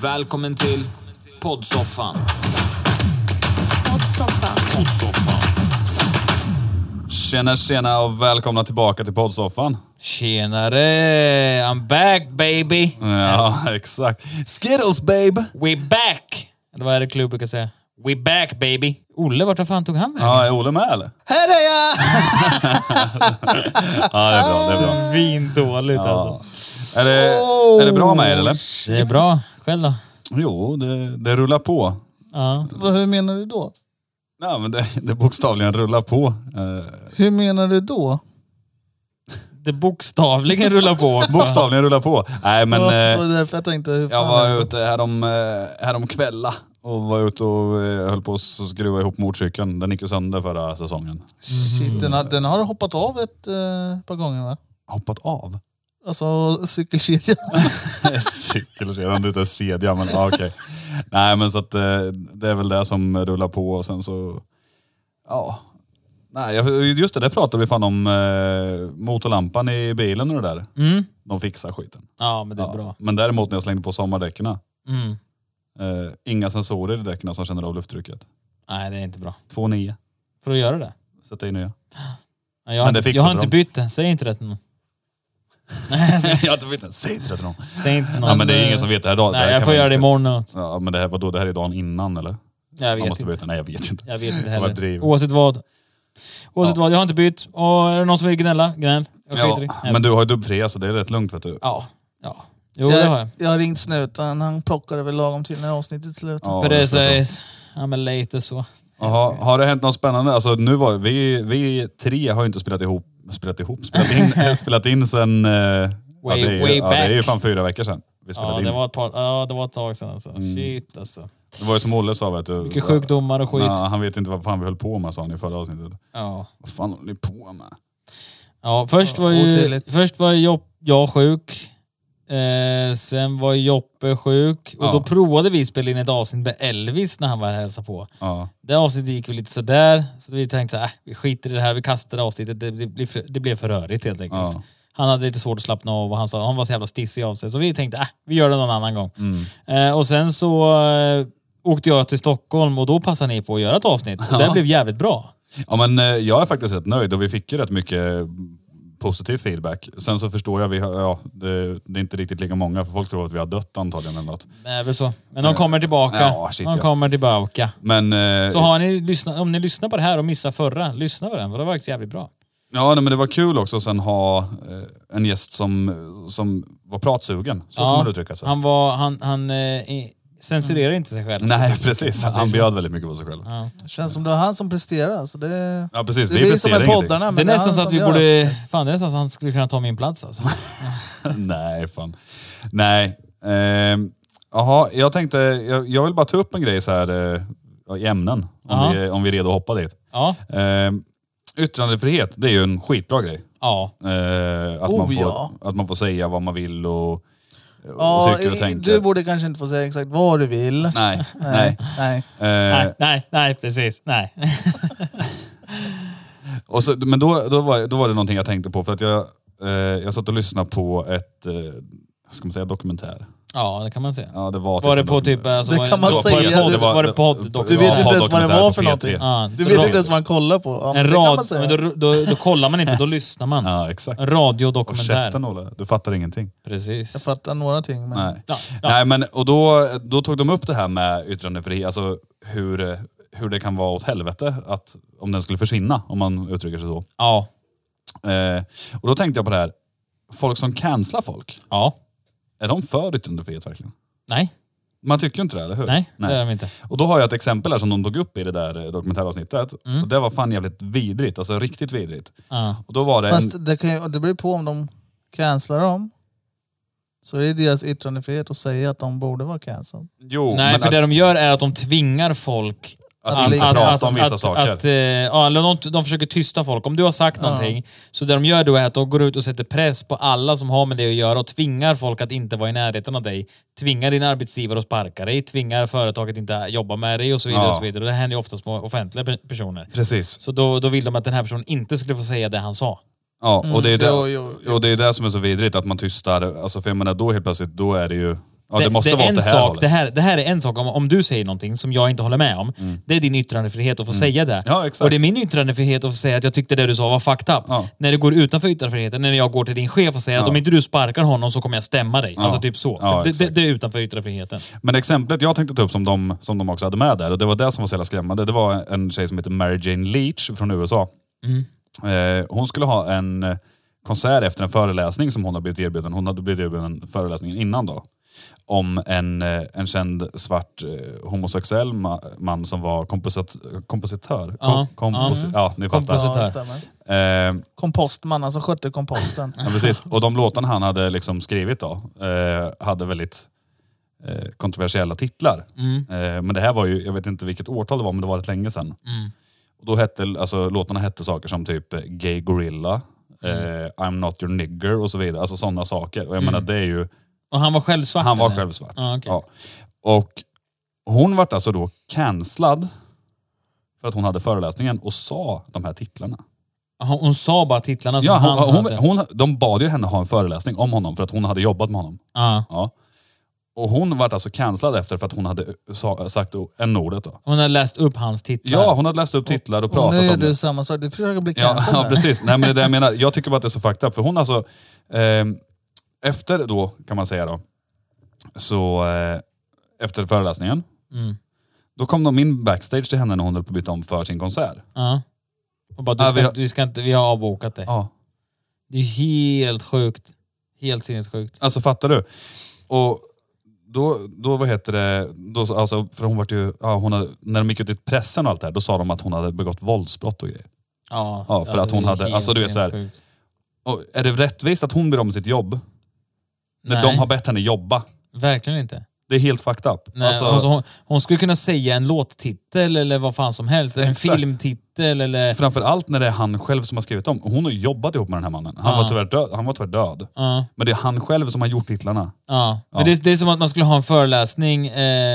Välkommen till Poddsoffan. Poddsoffan. Tjena och välkomna tillbaka till Poddsoffan. Tjenare, I'm back baby. Ja, exakt. Skittles babe. We back. Eller vad är det Klubb brukar säga? We back baby. Olle, vart fan tog han vägen? Ja, är Olle med eller? Här är jag! Ja, det är bra. Svindåligt alltså. Är det bra med er eller? Det är bra. Själv då? Jo, det rullar på. Ja. Hur menar du då? Ja, men det bokstavligen rullar på. Hur menar du då? Det bokstavligen rullar på också. Bokstavligen rullar på. Nej, men Det var därför jag tänkte hur fan jag var är det? ute härom kvällar och var ute och höll på att skruva ihop motorcykeln. Den gick ju sönder förra säsongen. Shit, den har hoppat av ett par gånger va? Hoppat av? Alltså cykelkedjan. Cykelkedjan, det är inte kedja, men okej. Nej, men så att det är väl det som rullar på och sen så ja. Nej, just det pratade vi fan om motorlampan i bilen och det där. Mm. De fixar skiten. Ja, men det är bra. Men däremot när jag slängde på sommardäckerna, Mm. inga sensorer i däcken som känner av lufttrycket. Nej, det är inte bra. 2,9. För att göra det. Sätta in nya. Nej, jag har inte bytt den. Säg inte det till någon. Jag har inte bytt den. Säg inte det till någon. Säg inte någon. Ja, men det är ingen som vet det här dagen. Nej, jag får göra det imorgon. Ja, men det här var då, det här är dagen innan eller? Jag vet måste inte. byta. Nej, jag vet inte. Jag vet inte Vad heller. driver. Oavsett vad, jag har inte bytt. Och är det någon som vill gnälla? Gnäll. Jag skiter i. Ja, men du har ju dubbfri så det är rätt lugnt vet du. Ja. Jo, det har jag. Jag har ringt snuten, han plockade väl lagom till när avsnittet slutar. Ja, det ska jag tro. Precis. Ja, men lite så. Jaha, har det hänt något spännande? Alltså nu var vi tre har ju inte spelat in sen Way det back. är ju fan 4 veckor sedan vi spelade in. Det var ett tag sedan alltså. Shit alltså. Det var ju som Olle sa vet du. Mycket sjukdomar och skit. Nej, han vet inte vad fan vi höll på med sa han i förra avsnittet. Ja. Vad fan håller ni på med? Ja, först var jag sjuk. Sen var Joppe sjuk. Och då provade vi spela in ett avsnitt med Elvis när han var här och hälsade på. Ja. Det avsnittet gick vi lite sådär. Så vi tänkte så här, vi skiter i det här, vi kastar avsnittet. Det blev för rörigt helt enkelt. Ja. Han hade lite svårt att slappna av och han var så jävla stissig av sig. Så vi tänkte, vi gör det någon annan gång. Och sen så åkte jag till Stockholm och då passade ni på att göra ett avsnitt. Och det blev jävligt bra. Ja, men jag är faktiskt rätt nöjd och vi fick ju rätt mycket positiv feedback. Sen så förstår jag, det är inte riktigt lika många för folk tror att vi har dött antagligen eller något. Det är väl så. Men de kommer tillbaka. Ja, shit, de kommer tillbaka. Men, så har ni lyssnat, om ni lyssnar på det här och missar förra, lyssna på den. För det var faktiskt jävligt bra. ja, men det var kul också att sen ha en gäst som var pratsugen. Så kan man uttrycka sig. Han censurerar inte sig själv. Nej, precis. Han bjöd väldigt mycket på sig själv. Ja. Det känns som det var han som presterar. Så det, Ja, precis. det blir som en ingenting. poddarna. Det är Men nästan han så att som vi gör borde... Fan, det är nästan så att han skulle kunna ta min plats alltså. Nej, fan. Nej. Jaha, jag tänkte... Jag vill bara ta upp en grej så här i ämnen. Om vi är redo att hoppa dit. Ja. Yttrandefrihet, det är ju en skitbra grej. Ja. Att man får säga vad man vill och Ja, tycker och tänker. du borde kanske inte få säga exakt vad du vill. Nej. Nej, precis. Nej. Och så, men då var det någonting jag tänkte på för att jag satt och lyssnade på ett ska man säga dokumentär. Ja, det kan man säga. Ja, det var Var det på typ... Alltså, Det kan man säga. Var det podd? Du vet inte ens vad det var för P3. någonting. Ja, Du vet inte ens vad man kollar på. Ja, en det kan rad, man säga. men då kollar man inte, då lyssnar man. Ja, exakt. En Och radiodokumentär. käften, Olle. Du fattar ingenting. Precis. Jag fattar några ting. Men... Nej. Ja. Nej, men och då tog de upp det här med yttrandefrihet, alltså hur det kan vara åt helvete att om den skulle försvinna, om man uttrycker sig så. Ja. Och då tänkte jag på det här. Folk som cancelar folk, Ja. är de för yttrandefrihet verkligen? Nej. Man tycker inte det, eller hur? Nej, det är de inte. Och då har jag ett exempel här som de tog upp i det där dokumentäravsnittet. Och det var fan jävligt vidrigt, alltså riktigt vidrigt. Ja. Och då var det Fast det beror på om de cancelar dem. Så är det deras yttrandefrihet att säga att de borde vara cancelled. Jo, Nej, men för det de gör är att de tvingar folk att inte prata om vissa saker. Eller de försöker tysta folk. Om du har sagt någonting, så det de gör då är att de går ut och sätter press på alla som har med det att göra och tvingar folk att inte vara i närheten av dig. Tvingar din arbetsgivare att sparka dig, tvingar företaget att inte jobba med dig och så vidare. Och så vidare. Och det händer ju oftast med offentliga personer. Precis. Så då vill de att den här personen inte skulle få säga det han sa. Ja, och det är Jo. och det är det som är så vidrigt, att man tystar. Alltså för jag menar, då helt plötsligt, då är det ju Ja, det måste vara en det här sak, hållet. det här är en sak, om du säger någonting som jag inte håller med om, det är din yttrandefrihet att få säga det. Ja, exakt. Och det är min yttrandefrihet att få säga att jag tyckte det du sa var fucked up. Ja. När det går utanför yttrandefriheten, när jag går till din chef och säger att om inte du sparkar honom så kommer jag stämma dig. Alltså typ så. Ja, För det är utanför yttrandefriheten. Men exemplet jag tänkte ta upp som de också hade med där, och det var det som var så jävla skrämmande, det var en tjej som heter Mary Jane Leach från USA. Hon skulle ha en konsert efter en föreläsning som hon hade blivit erbjuden. Hon hade blivit erbjuden föreläsningen innan då. Om en känd svart homosexuell man som var kompositör. Ni fattar. Ja, stämmer. Kompostman, alltså skötte komposten. Ja, precis. Och de låtarna han hade liksom skrivit då hade väldigt kontroversiella titlar. Men det här var ju, jag vet inte vilket årtal det var, men det var rätt länge sedan. Och då hette, alltså låtarna hette saker som typ Gay Gorilla, I'm not your nigger och så vidare. Alltså sådana saker. Och jag menar, det är ju... Och han var själv svart? Han var eller? själv svart. Ah, okay. Ja. Och hon vart alltså då cancellad för att hon hade föreläsningen och sa de här titlarna. Hon sa bara titlarna som de bad ju henne ha en föreläsning om honom för att hon hade jobbat med honom. Ja. Och hon vart alltså cancellad efter för att hon hade sagt n-ordet då. Hon hade läst upp hans titlar. Ja, hon hade läst upp titlar och pratat om det. Och nu är du samma sak, du försöker bli cancellad. Ja, precis. Nej, men det är det jag menar. Jag tycker bara att det är så fucked up. För hon alltså, efter då kan man säga då, så efter föreläsningen, då kom de in backstage till henne när hon höll på att byta om för sin konsert. Ja. Och bara, vi har avbokat det. Ja. Det är helt sjukt. Helt sinnessjukt. Alltså fattar du? Och då vad heter det, då, alltså, för hon var ju, när de gick ut i pressen och allt det här, då sa de att hon hade begått våldsbrott och grejer. Ja, för att hon hade, alltså du vet så här. Och är det rättvist att hon blir om med sitt jobb? När de har bett henne jobba? Verkligen inte. Det är helt fucked up. Nej, alltså, hon skulle kunna säga en låttitel eller vad fan som helst. En filmtitel eller... Framförallt när det är han själv som har skrivit om. Hon har jobbat ihop med den här mannen. Han var tyvärr död. Men det är han själv som har gjort titlarna. Men det är som att man skulle ha en föreläsning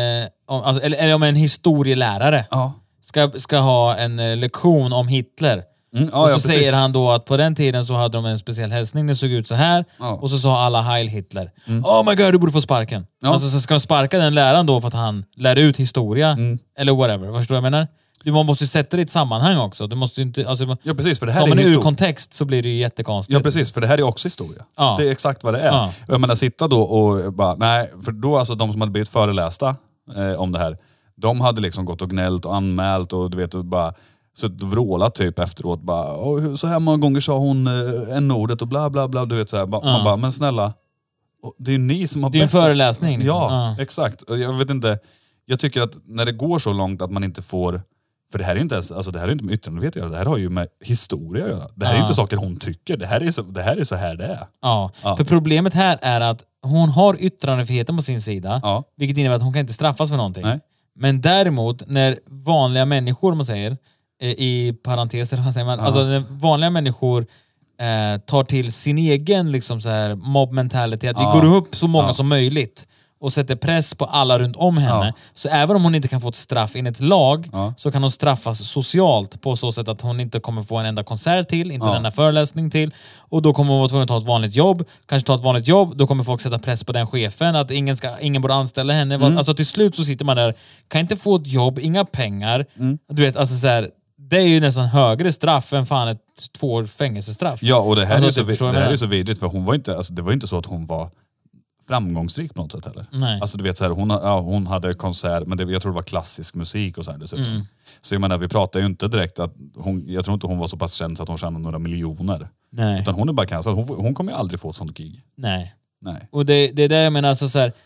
eller om en historielärare ska ha en lektion om Hitler. Och så säger han då att på den tiden så hade de en speciell hälsning, det såg ut så här. Och så sa alla Heil Hitler. Oh my god, du borde få sparken. Alltså så ska de sparka den läraren då för att han lär ut historia. Eller whatever, förstår du vad jag menar? Man måste sätta det i ett sammanhang också. Du måste inte, alltså, ja precis, för det här är man ur kontext så blir det ju jättekonstigt. Ja precis, för det här är också historia. Det är exakt vad det är. Jag menar sitta då och bara, nej, för då alltså de som hade blivit förelästa om det här, de hade liksom gått och gnällt och anmält och du vet och bara så vrålat typ efteråt bara, så här många gånger sa hon n-ordet och bla bla bla, du vet så här. Man bara, men snälla, det är ju ni som har det är en föreläsning. Liksom. Ja, exakt. Jag vet inte, jag tycker att när det går så långt att man inte får, för det här är inte ens, alltså det här är inte med yttrandefrihet att göra, det här har ju med historia att göra. Det här är inte saker hon tycker, det här är så här det är. Ja, för problemet här är att hon har yttrandefriheten på sin sida, vilket innebär att hon kan inte straffas för någonting. Nej. Men däremot, när vanliga människor, man säger, i parenteser, vad säger man? Alltså när vanliga människor tar till sin egen liksom så här mob mentality, att vi går upp så många som möjligt och sätter press på alla runt om henne. Så även om hon inte kan få ett straff enligt lag så kan hon straffas socialt på så sätt att hon inte kommer få en enda konsert till, inte en enda föreläsning till. Och då kommer hon vara tvungen att ta ett vanligt jobb. Kanske ta ett vanligt jobb, då kommer folk sätta press på den chefen att ingen borde anställa henne. Alltså till slut så sitter man där, kan inte få ett jobb, inga pengar. Du vet, alltså så här, det är ju nästan högre straff än fan ett 2 år fängelsestraff. Ja, och det här är så vidrigt, för hon var inte, alltså det var inte så att hon var framgångsrik på något sätt heller. Nej. Alltså du vet så här, hon hade konsert, men jag tror det var klassisk musik och så här dessutom. Så jag menar, vi pratar ju inte direkt att jag tror inte hon var så pass känd så att hon tjänade några miljoner. Nej. Utan hon är bara cancellad. Hon kommer ju aldrig få ett sånt gig. Nej. Och det är det jag menar, alltså så här,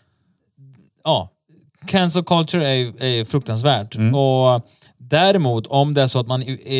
cancel culture är fruktansvärt. Och däremot om det är så att man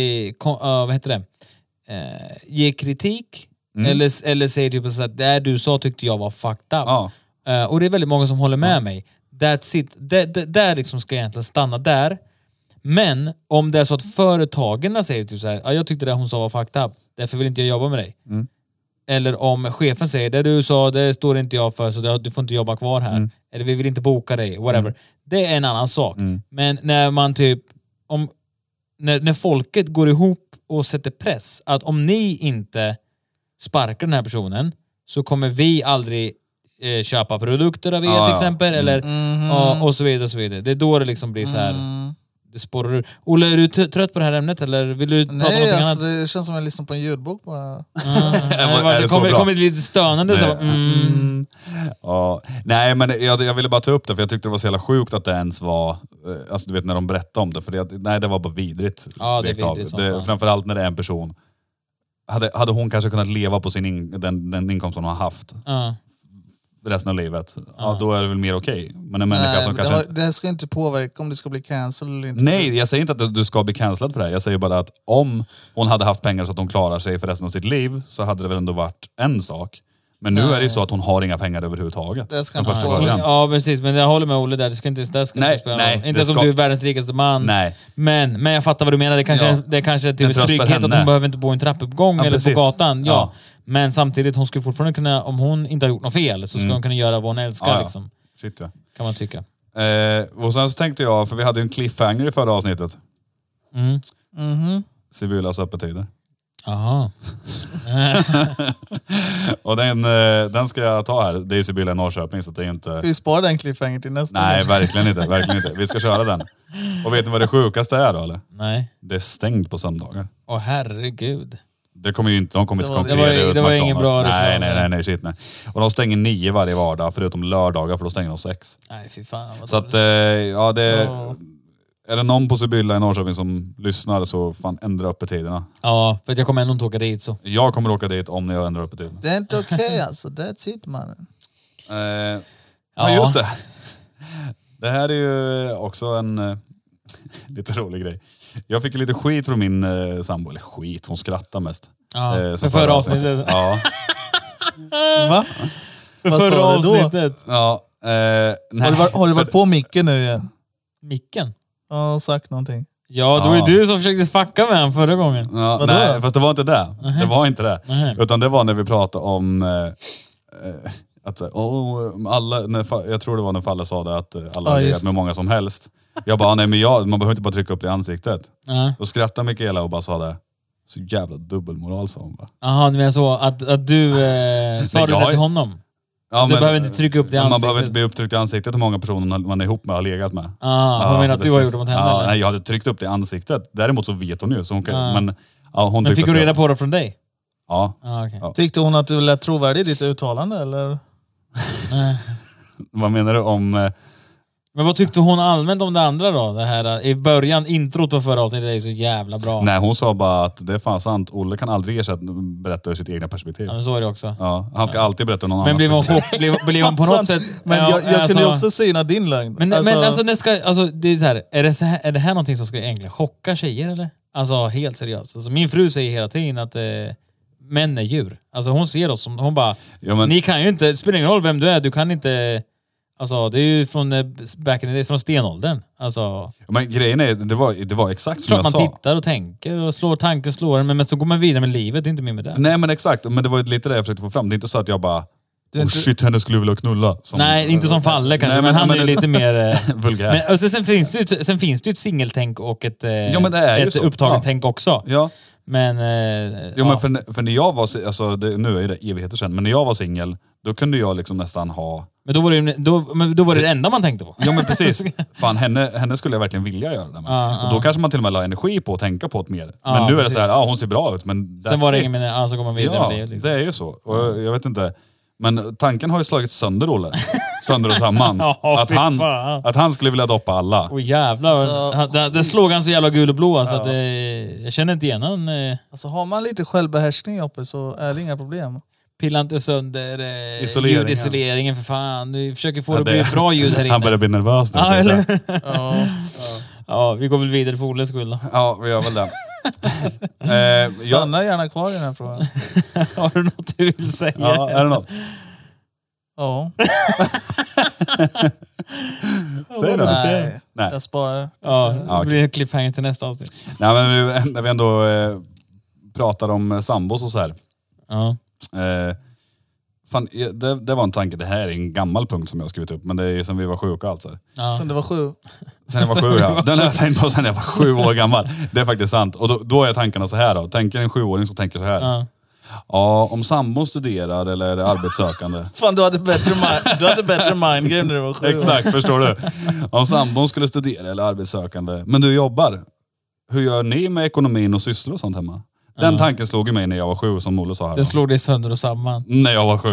ger kritik eller säger typ så att det du sa tyckte jag var fucked up. Och det är väldigt många som håller med mig. That's it. Där liksom ska jag egentligen stanna där. Men om det är så att företagen säger typ så här, jag tyckte det hon sa var fucked up, därför vill inte jag jobba med dig. Eller om chefen säger, det du sa, det står inte jag för, så du får inte jobba kvar här. Eller vi vill inte boka dig, whatever. Det är en annan sak. Men när man typ när folket går ihop och sätter press att om ni inte sparkar den här personen så kommer vi aldrig köpa produkter av er till exempel. Eller, och så vidare och så vidare. Det är då det liksom blir så här... Det spårar ur. Olle, är du trött på det här ämnet eller vill du prata om någonting annat? Nej, det känns som att jag lyssnar på en ljudbok bara. Det kommer lite stönande. Så. Ja. Nej, men jag ville bara ta upp det för jag tyckte det var så jävla sjukt att det ens var... Alltså du vet när de berättade om det. För det var bara vidrigt. Ja, det är vidrigt. Framförallt när det är en person. Hade hon kanske kunnat leva på sin den inkomst hon har haft resten av livet, då är det väl mer okej. Men en människa som kanske... Det ska inte påverka om det ska bli cancel eller inte. Nej, jag säger inte att du ska bli cancellad för det här. Jag säger bara att om hon hade haft pengar så att hon klarar sig för resten av sitt liv så hade det väl ändå varit en sak. Men nu är det ju så att hon har inga pengar överhuvudtaget. Det ska inte början. Ja, precis. Men jag håller med Olle där. Det ska inte spela någon. Inte som du är världens rikaste man. Nej. Men jag fattar vad du menar. Det kanske typ en trygghet att hon behöver inte bo i en trappuppgång eller på gatan. Ja. Men samtidigt, hon skulle fortfarande kunna, om hon inte har gjort något fel, så ska hon kunna göra vad hon älskar. Liksom. Shit, ja. Kan man tycka. Och sen så tänkte jag, för vi hade ju en cliffhanger i förra avsnittet. Sibyllas öppettider. Aha. Och den ska jag ta här. Det är Sibylla i Norrköping så det är inte... Ska vi spara den cliffhanger till nästa? Nej, verkligen inte. Vi ska köra den. Och vet ni vad det sjukaste är då, eller? Nej. Det är stängt på söndagar. Åh herregud. De kommer inte konkurrera ut. Det var ingen bra reklam. Nej, shit nej. Och de stänger 9 varje vardag förutom lördagar för då stänger de 6. Nej, fy fan. Så att, är det någon på Sibylla i Norrköping som lyssnar så fan ändra öppettiderna. Ja, för jag kommer ändå inte åka dit så. Jag kommer åka dit om jag ändrar öppettiderna. Det är inte okej alltså, that's it mannen. Ja, just det. Det här är ju också en lite rolig grej. Jag fick lite skit från min sambo, eller skit, hon skrattar mest. Ja, för förra avsnittet. Ja. Va? För förra avsnittet. Ja. Nej. Har du varit på micken nu igen? Micken? Ja, sagt någonting. Ja, det var ju du som försökte fucka med han förra gången. Ja, nej, fast det var inte det. Det var inte det. Utan det var när vi pratade om... att alla, jag tror det var när Falle sa det att alla har legat med många som helst. Jag bara, nej men man behöver inte bara trycka upp det i ansiktet. Då skrattade Mikaela och bara sa det. Så jävla dubbelmoral sa hon bara. Jaha, du menar så att du sa det till honom? Ja, du behöver inte trycka upp det i ansiktet. Man behöver inte bli upptryckt i ansiktet hur många personer man är ihop med har legat med. Hon menar att du har gjort det mot henne? Nej, jag hade tryckt upp det i ansiktet. Däremot så vet hon ju. Så hon kan, men fick hon reda på det från dig? Ja. Okay. Tyckte hon att du lät trovärdig i ditt uttalande eller? Vad menar du om... Men vad tyckte hon allmänt om det andra då? Det här i början, introt på förra avsnittet är så jävla bra. Nej, hon sa bara att det är fan sant. Olle kan aldrig berätta ur sitt egna perspektiv. Ja, men så är det också. Ja, han ska alltid berätta någon annan. Men blir hon på något sätt... Men jag kunde ju också syna din lögn. Men det är så här, är det här någonting som ska egentligen chocka tjejer eller? Alltså helt seriöst. Alltså, min fru säger hela tiden att män är djur. Alltså hon ser oss som... Hon bara, ni kan ju inte... Det spelar ingen roll vem du är, du kan inte... Alltså det är ju från back in the days, från stenåldern. Alltså, men grejen är, det var exakt som jag sa. Man tittar och tänker och slår en, men så går man vidare med livet, det är inte mer med det. Nej men exakt, men det var ju lite det jag försökte få fram. Det är inte så att jag bara, shit, henne skulle vilja knulla. Nej, inte som Falle kanske, men han är lite mer... vulgär. Men, och sen finns det ju ett singeltänk och ett upptagen tänk också. Ja. Men... men för när jag var, alltså nu är det evigheter sedan, men när jag var singel, då kunde jag liksom nästan ha... Men då var det enda man tänkte på. Ja men precis. Fan, henne skulle jag verkligen vilja göra det med. Och då kanske man till och med la energi på att tänka på det mer. Men nu är det så här, hon ser bra ut, men sen var det ingen med så går man vidare med det. Liksom. Det är ju så. Och jag vet inte. Men tanken har ju slagit sönder Olle. Sönder och samman. Att han skulle vilja doppa alla. Åh jävlar. Alltså, det slog han så jävla gul och blå. Så att jag känner inte igen han. Alltså har man lite självbehärskning uppe så är det inga problem. Pilla inte sönder ljudisoleringen för fan. Du försöker få det att bli ett bra ljud här inne. Han börjar bli nervös nu. Ja, eller? Ja, vi går väl vidare för Olles skull då. Ja, vi gör väl det. Stanna gärna kvar i den här frågan. Har du något du vill säga? Ja, är det något? Ja. Säg då. Nej, jag sparar. Ja, det blir en cliffhanger till nästa avsnitt. Nej, men när vi ändå pratar om sambos och så här. Ja. Fan, det var en tanke. Det här är en gammal punkt som jag har skrivit upp. Men det är sen vi var sjuka alltså. Ja. Sen det var 7. Sen jag var 7, ja. Den har jag tänkt på sen jag var 7 år gammal. Det är faktiskt sant. Och då är tankarna så här då. Tänker en 7-åring så tänker så här. Ja, om sambon studerar eller är arbetssökande. Fan, du hade bättre mindgame när du var 7. Exakt, förstår du? Om sambon skulle studera eller arbetssökande. Men du jobbar. Hur gör ni med ekonomin och sysslor och sånt hemma? Den tanken slog ju mig när jag var 7, som Olle sa här. Den slog dig sönder och samman. När jag var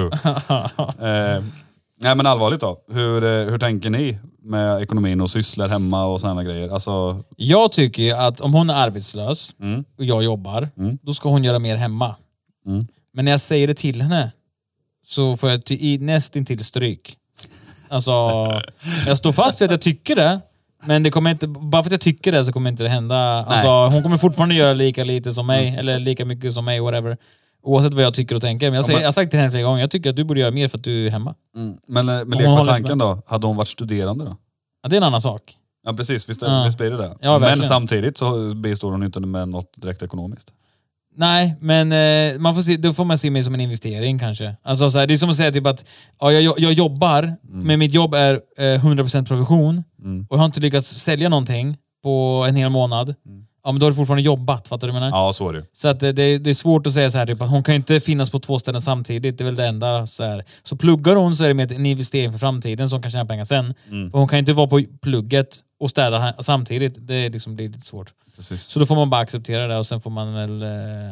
7. Nej men allvarligt då. Hur tänker ni med ekonomin och sysslor hemma och sådana grejer? Alltså... Jag tycker ju att om hon är arbetslös och jag jobbar, då ska hon göra mer hemma. Men när jag säger det till henne så får jag nästintill stryk. Alltså, jag står fast vid att jag tycker det. Men det kommer inte, bara för att jag tycker det så kommer inte det hända. Alltså, hon kommer fortfarande göra lika lite som mig. Eller lika mycket som mig, whatever. Oavsett vad jag tycker och tänker. Men jag har sagt till henne flera gånger, jag tycker att du borde göra mer för att du är hemma. Men lek på tanken då. Hade hon varit studerande då? Ja, det är en annan sak. Ja precis, visst blir det det. Ja, men samtidigt så består hon inte med något direkt ekonomiskt. Nej, men man får se, då får man se mig som en investering kanske. Alltså, så här, det är som att säga typ att ja, jag jobbar, men mitt jobb är 100% provision och jag har inte lyckats sälja någonting på en hel månad. Ja, men då har du fortfarande jobbat, fattar du vad jag menar? Ja, så är det. Så att det är svårt att säga så här typ, att hon kan ju inte finnas på 2 ställen samtidigt, det är väl det enda så här. Så pluggar hon så är det mer en investering för framtiden som kan tjäna pengar sen. För hon kan ju inte vara på plugget och städa samtidigt, det är liksom, det är lite svårt. Precis. Så då får man bara acceptera det och sen får man väl,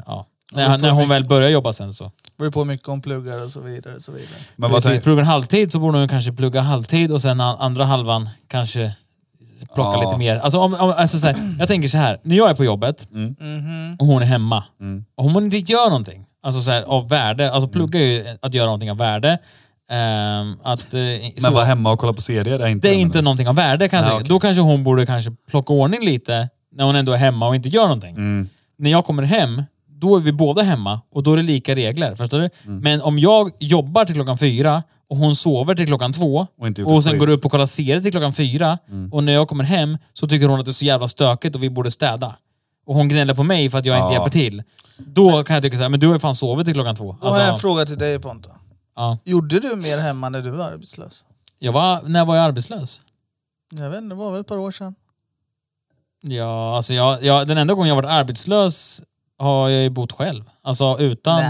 när hon väl börjar jobba sen så. Det beror på mycket om pluggar och så vidare. Och så vidare. Men vad pluggar halvtid så borde hon kanske plugga halvtid och sen andra halvan kanske plocka lite mer. Alltså, alltså så här, jag tänker så här, när jag är på jobbet och hon är hemma och hon inte gör någonting alltså så här, av värde, alltså plugga ju att göra någonting av värde. Men vara hemma och kolla på serier är inte... Det är inte någonting av värde kanske. Okay. Då kanske hon borde kanske plocka ordning lite när hon ändå är hemma och inte gör någonting. När jag kommer hem, då är vi båda hemma och då är det lika regler, förstår du? Men om jag jobbar till klockan 4 och hon sover till klockan 2 och sen går upp och kollar serier till klockan 4 och när jag kommer hem så tycker hon att det är så jävla stökigt och vi borde städa. Och hon gnäller på mig för att jag inte hjälper till. Då kan jag tycka så här, men du har ju fan sovit till klockan 2. Då har jag en fråga till dig, Ponta. Ja. Gjorde du mer hemma när du var arbetslös? När var jag arbetslös? Jag vet inte, det var väl ett par år sedan. Ja, alltså den enda gången jag varit arbetslös har jag ju bott själv. Alltså utan...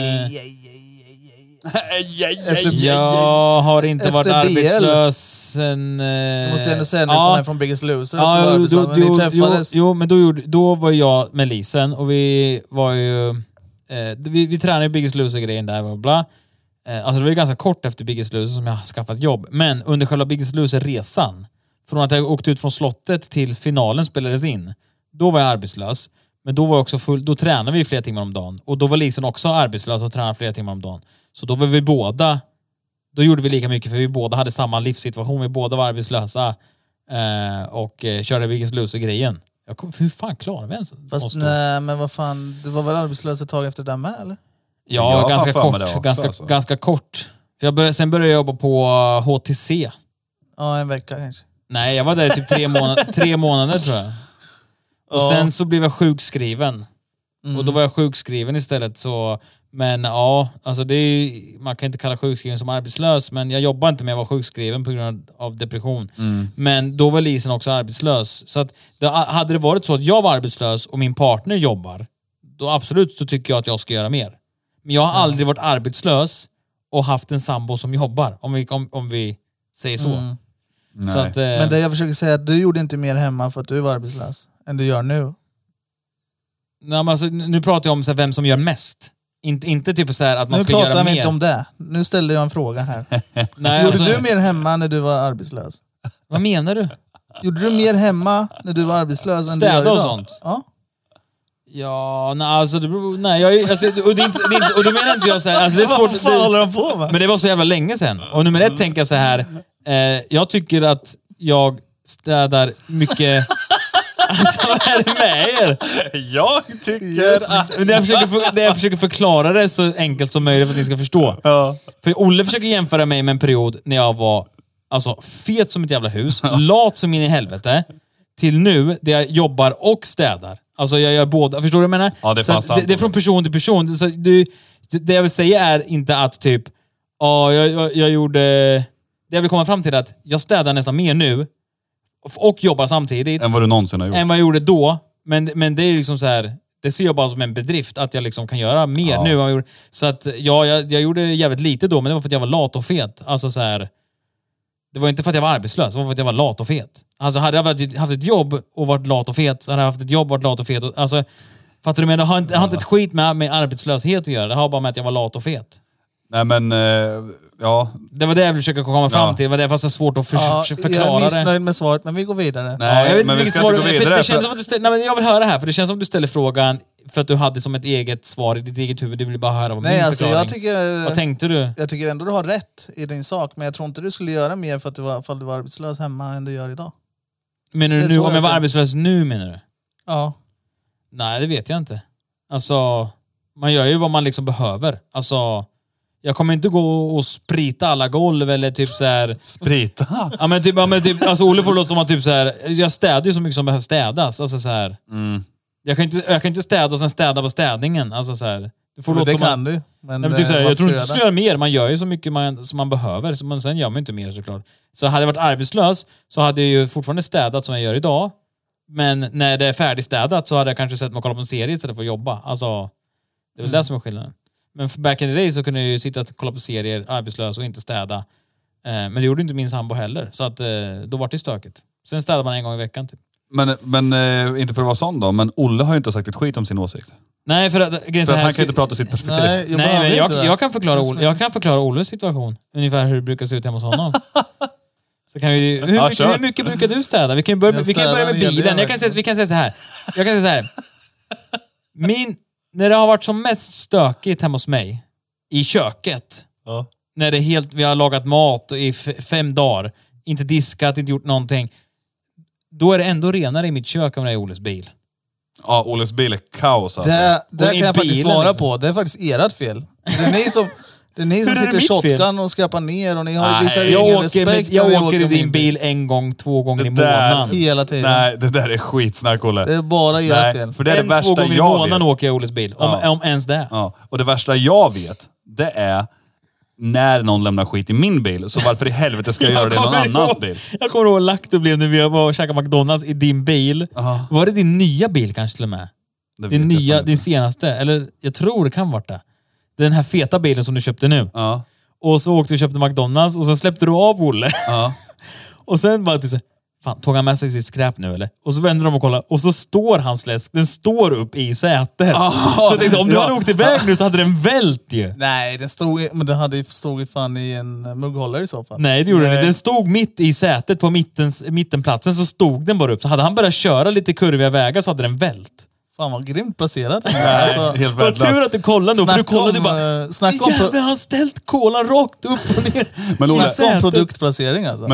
Jag har inte varit arbetslös sen... Du måste ändå säga nu på från Biggest Loser. Ni träffades. Jo, men då var jag med Lisen och vi var ju... vi tränade Biggest Loser-grejen där och bla. Alltså det var ganska kort efter Biggest Loser som jag har skaffat jobb. Men under själva Biggest Loser-resan, från att jag åkte ut från slottet till finalen spelades in, då var jag arbetslös. Men då var jag också då tränade vi flera timmar om dagen. Och då var Lisen också arbetslös och tränade flera timmar om dagen. Så då var vi båda... Då gjorde vi lika mycket för vi båda hade samma livssituation. Vi båda var arbetslösa och körde Biggest Loser-grejen. Hur fan klarar vi ens? Fast nej, men vad fan... Du var väl arbetslös ett tag efter det med, eller? Ja, ganska kort. Ganska kort. För sen började jag jobba på HTC. Ja, en vecka kanske. Nej, jag var där typ 3 månader tror jag. Och sen så blev jag sjukskriven. Och då var jag sjukskriven istället. Så, men ja, alltså det är, man kan inte kalla sjukskriven som arbetslös. Men jag jobbar inte med att vara sjukskriven på grund av depression. Men då var Lisen också arbetslös. Så att hade det varit så att jag var arbetslös och min partner jobbar, då absolut så tycker jag att jag ska göra mer. Men jag har aldrig varit arbetslös och haft en sambo som jobbar. Om vi säger så. Så att, men det jag försöker säga är att du gjorde inte mer hemma för att du var arbetslös än du gör nu. Nej, men alltså, nu pratar jag om så här, vem som gör mest. Inte typ så här att man nu ska göra mer. Nu pratar vi inte om det. Nu ställde jag en fråga här. Nej, gjorde du mer hemma när du var arbetslös? Vad menar du? Gjorde du mer hemma när du var arbetslös än du gör idag? Städa och sånt? Ja. Ja, nej, alltså det beror... Nej, alltså, och då menar inte jag så här... Alltså, det är svårt, vad fan håller de på med? Men det var så jävla länge sedan. Och nummer 1 tänker jag så här... jag tycker att jag städar mycket... Alltså, vad är det med er? Jag tycker att... Jag försöker förklara det så enkelt som möjligt för att ni ska förstå. Ja. För Olle försöker jämföra mig med en period när jag var alltså, fet som ett jävla hus, lat som in i helvete, till nu där jag jobbar och städar. Alltså jag gör båda. Förstår du vad jag menar? Ja, det är så det är från person till person. Så det jag vill säga är inte att typ... jag gjorde... Det jag vill komma fram till är att jag städar nästan mer nu och jobbar samtidigt. Än vad du någonsin har gjort. Än vad jag gjorde då. Men det är liksom så här... Det ser jag bara som en bedrift, att jag liksom kan göra mer nu än vad jag gjorde. Så att jag gjorde jävligt lite då, men det var för att jag var lat och fet. Alltså så här, det var inte för att jag var arbetslös, det var för att jag var lat och fet. Alltså hade jag haft ett jobb och varit lat och fet, så hade jag haft ett jobb och varit lat och fet. Alltså, fattar du? Men jag har inte ett skit med arbetslöshet att göra. Det har bara med att jag var lat och fet. Nej men, ja. Det var det jag försöker komma fram till. Det var det fast så svårt att förklara det. Jag är missnöjd med svaret, men vi går vidare. Nej, men vi ska inte gå vidare. Det känns som att nej, men jag vill höra här, för det känns som att du ställer frågan för att du hade som ett eget svar i ditt eget huvud. Du vill bara höra vad min förklaring. Vad tänkte du? Jag tycker ändå du har rätt i din sak, men jag tror inte du skulle göra mer för att du var arbetslös hemma än du gör idag. Menar du nu, om jag var arbetslös nu menar du? Ja. Nej, det vet jag inte. Alltså, man gör ju vad man liksom behöver. Alltså, jag kommer inte gå och sprita alla golv eller typ så här. Sprita? Ja men typ alltså Olle får låta som att typ så här, jag städar ju så mycket som behöver städas, alltså så här. Jag kan inte städa och sen städa på städningen, alltså så här. Du får låta det som kan du. Men typ så här, jag tror inte du ska göra mer, man gör ju så mycket som man behöver, så man sen gör man inte mer såklart. Så hade jag varit arbetslös så hade jag ju fortfarande städat som jag gör idag. Men när det är färdigstädat så hade jag kanske sett mig och kolla på en serie istället för att jobba. Alltså, det är väl det som är skillnaden. Men back in the day så kunde jag ju sitta och kolla på serier arbetslös och inte städa. Men det gjorde inte min sambo heller. Så att då var det stökigt. Sen städade man en gång i veckan typ. Men inte för att vara sån då, men Olle har ju inte sagt ett skit om sin åsikt. Nej, för att han kan ju inte prata sitt perspektiv. Nej, jag kan förklara Olles situation. Ungefär hur det brukar se ut hemma hos honom. Så kan vi, hur mycket brukar du städa? Vi kan börja med bilen. Vi kan säga så här. När det har varit som mest stökigt hemma hos mig i köket. Ja. När det vi har lagat mat i 5 dagar, inte diskat, inte gjort någonting. Då är det ändå renare i mitt kök än det är i Oles bil. Ja, Oles bil är kaos alltså. Det kan jag faktiskt svara på. Det är faktiskt ert fel. Det är ni som sitter i shotgun och skapar ner och ni har visar ingen respekt. Jag åker i din bil 1-2 gånger i månaden. Hela tiden. Nej, det där är skitsnack, Olle. Det är bara ert fel. För det är det värsta 2 gånger i månaden vet. åker jag Oles bil. Om ens det. Ja. Och det värsta jag vet, det är när någon lämnar skit i min bil. Så varför i helvete ska jag göra det i någon annans bil? Jag kommer ihåg lagt det blev när vi var och käkade McDonalds i din bil. Var det din nya bil kanske till och med? Din senaste? Eller jag tror det kan vara det. Den här feta bilen som du köpte nu. Ja. Och så åkte vi och köpte McDonalds och så släppte du av Olle. Ja. Och sen bara typ så, fan, tog han med sig sitt skräp nu eller? Och så vänder de och kollar och så står hans läsk, den står upp i sätet. Så jag tänkte, om du hade åkt iväg nu så hade den vält ju. Nej, men den hade stod fan i en mugghållare i så fall. Nej, det gjorde den inte. Den stod mitt i sätet på mittenplatsen, så stod den bara upp. Så hade han börjat köra lite kurviga vägar så hade den vält. Fan vad grymt placerat. Nej, helt vad tur att du kollade då, för du kollade bara... Jävlar, han ställt kolan rakt upp och ner. Men Olle, snacka om produktplacering alltså.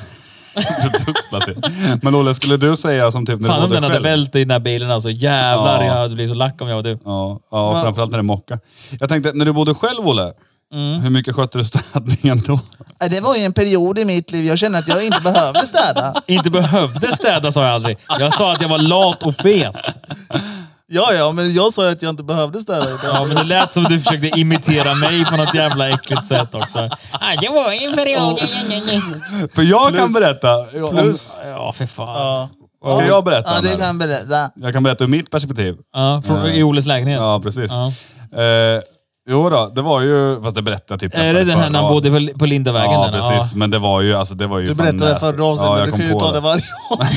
Men Olle, skulle du säga som typ när fan, du om den hade vält i den här bilen alltså, jävlar, jag hade blivit så lack om jag var du. Ja, framförallt när det är mocka. Jag tänkte, när du bodde själv, Olle, hur mycket skötte du städningen då? Det var ju en period i mitt liv, jag kände att jag inte behövde städa. Inte behövde städa sa jag aldrig. Jag sa att jag var lat och fet. Ja, men jag sa att jag inte behövde städa. Ja, men det lät som att du försökte imitera mig på något jävla äckligt sätt också. Det var en period. För jag kan berätta. Ja, för fan. Ja. Ska jag berätta? Ja, det kan berätta. Jag kan berätta ur mitt perspektiv. Ja, i Oles lägenhet. Ja, precis. Ja. Jo då, det var ju, fast det berättade jag typ nästan. Är det den här när han bodde på Lindavägen? Ja, precis. Men det var ju, alltså det var ju... Du berättade det förra avsnittet, men du kan ju ta det varje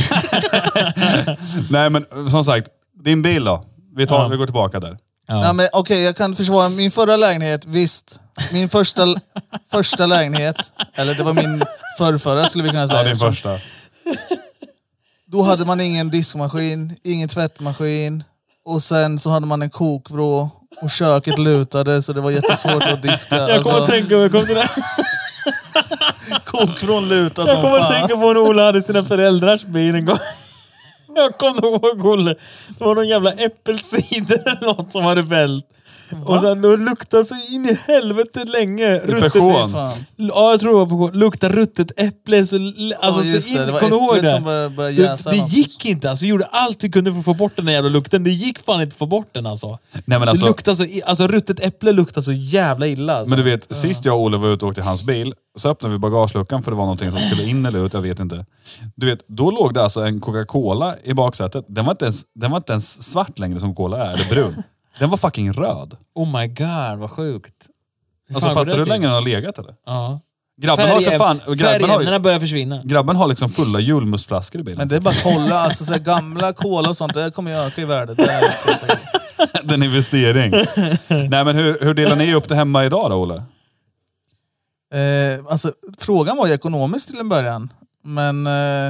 Nej, men som sagt, din bil då. Vi går tillbaka där. Ja. Nej, men okej, jag kan försvara min förra lägenhet, visst. Min första lägenhet, eller det var min förrförra skulle vi kunna säga. Ja, din första. Då hade man ingen diskmaskin, ingen tvättmaskin. Och sen så hade man en kokvrå och köket lutade så det var jättesvårt att diska. Jag kommer att tänka på det där. Kokvrån lutade som fan. Jag kommer att tänka på när Olle hade sina föräldrars bil en gång. Jag kommer ihåg Olle. Det var någon jävla äppelcider eller något som hade vält. Och sen då luktar så in i helvete länge. Person. Ja, jag tror det var på luktar ruttet äpple. Så, alltså, just så in, det var kom du ihåg äpplet det? som började jäsa. Det gick inte. Alltså, vi gjorde allt vi kunde för att få bort den där jävla lukten. Det gick fan inte att få bort den alltså. Nej, men Det luktar så, alltså ruttet äpple luktar så jävla illa. Alltså. Men du vet, sist jag och Olle var ute och åkte i hans bil, så öppnade vi bagageluckan för det var någonting som skulle in eller ut, jag vet inte. Du vet, då låg det alltså en Coca-Cola i baksätet. Den var inte ens svart längre som cola är, eller brun. Den var fucking röd. Oh my god, vad sjukt. Alltså fattar du hur länge den har legat eller? Ja. Grabben har för fan... Färgämnena börjar försvinna. Grabben har liksom fulla julmustflaskor i bilen. Men det är bara att kolla, alltså så här, gamla cola och sånt, det kommer ju öka i värdet. Det är Den investering. Nej men hur delar ni upp det hemma idag då, Olle? alltså, frågan var ju ekonomiskt till en början. Men...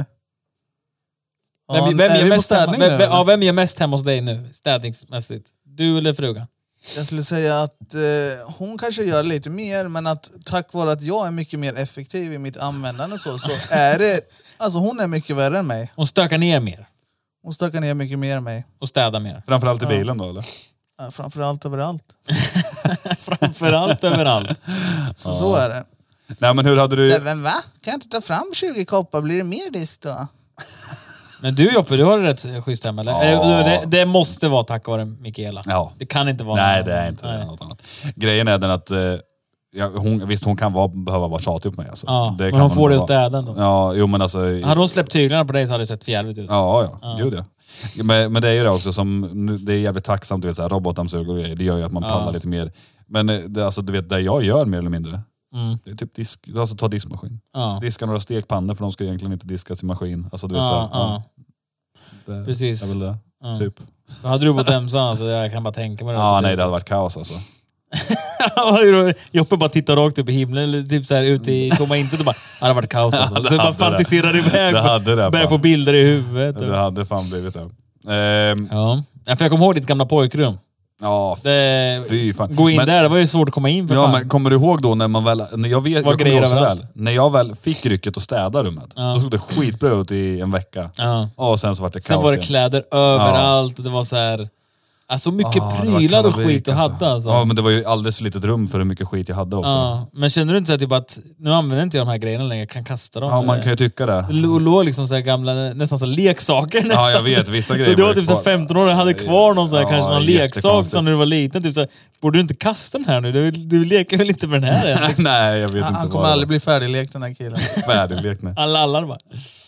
Vem gör mest hemma hos dig nu, städningsmässigt? Du eller frugan? Jag skulle säga att hon kanske gör lite mer, men att tack vare att jag är mycket mer effektiv i mitt användande så är det... Alltså hon är mycket värre än mig. Hon stökar ner mer. Hon stökar ner mycket mer än mig. Och städar mer. Framförallt i bilen då, eller? Ja, framförallt överallt. Framförallt överallt. Så är det. Nej men hur hade du... Men va? Kan jag inte ta fram 20 koppar? Blir det mer disk då? Men du Joppe, du har det rätt schysst hemma, eller? Ja. Det måste vara tack vare Mikaela. Ja. Det kan inte vara... Nej, det är inte något annat. Grejen är den att... hon kan behöva vara tjatig på mig. Alltså. Ja, det men kan hon får det att vara. städa ändå. Ja, jo men alltså... Hade hon släppt tyglarna på dig så hade det sett fjärligt ut. Ja. Gud ja. Men det är ju det också som... Det är jävligt tacksamt, du vet, så här, robotdammsugare och grejer. Det gör ju att man pallar lite mer. Men det, alltså, du vet, det jag gör mer eller mindre. Det är typ disk, alltså ta diskmaskin. Diska några stekpannor för de ska egentligen inte diskas i maskin. Alltså du vet så här, precis. Det är väl det, typ. Då hade du bott ensam så jag kan bara tänka mig det. Ja, nej det hade varit kaos alltså. Joppe bara tittar rakt upp i himlen eller typ så här ute i tomma intet och bara, det hade varit kaos alltså. Så bara fantiserar iväg. Det hade det. Börjar få bilder i huvudet. Det hade fan blivit det. Ja, för jag kommer ihåg ditt gamla pojkrum. Ja, fy fan. Gå in där, det var ju svårt att komma in för fan. Men kommer du ihåg då när man väl, jag kommer ihåg så väl, när jag väl fick rycket att städa rummet, då såg det skitbra ut i en vecka. Och sen så var det kaos. Sen var det kläder överallt och det var så här... Alltså mycket prylar och skit du hade alltså. Ja, men det var ju alldeles för litet rum för hur mycket skit jag hade också. Ja, men känner du inte så här, typ att nu använder inte jag de här grejerna längre, jag kan kasta dem? Ja, man kan ju tycka det. Låg liksom så här gamla, nästan så här leksaker nästan. Ja, jag vet, vissa grejer. Du var typ så 15 år och hade kvar någon så här, kanske någon leksak som när du var liten. Typ så här, borde du inte kasta den här nu? Du leker väl inte med den här? Nej, jag vet inte. Han kommer aldrig bli färdiglekt den här killen. Färdiglekt, nej. Alla bara.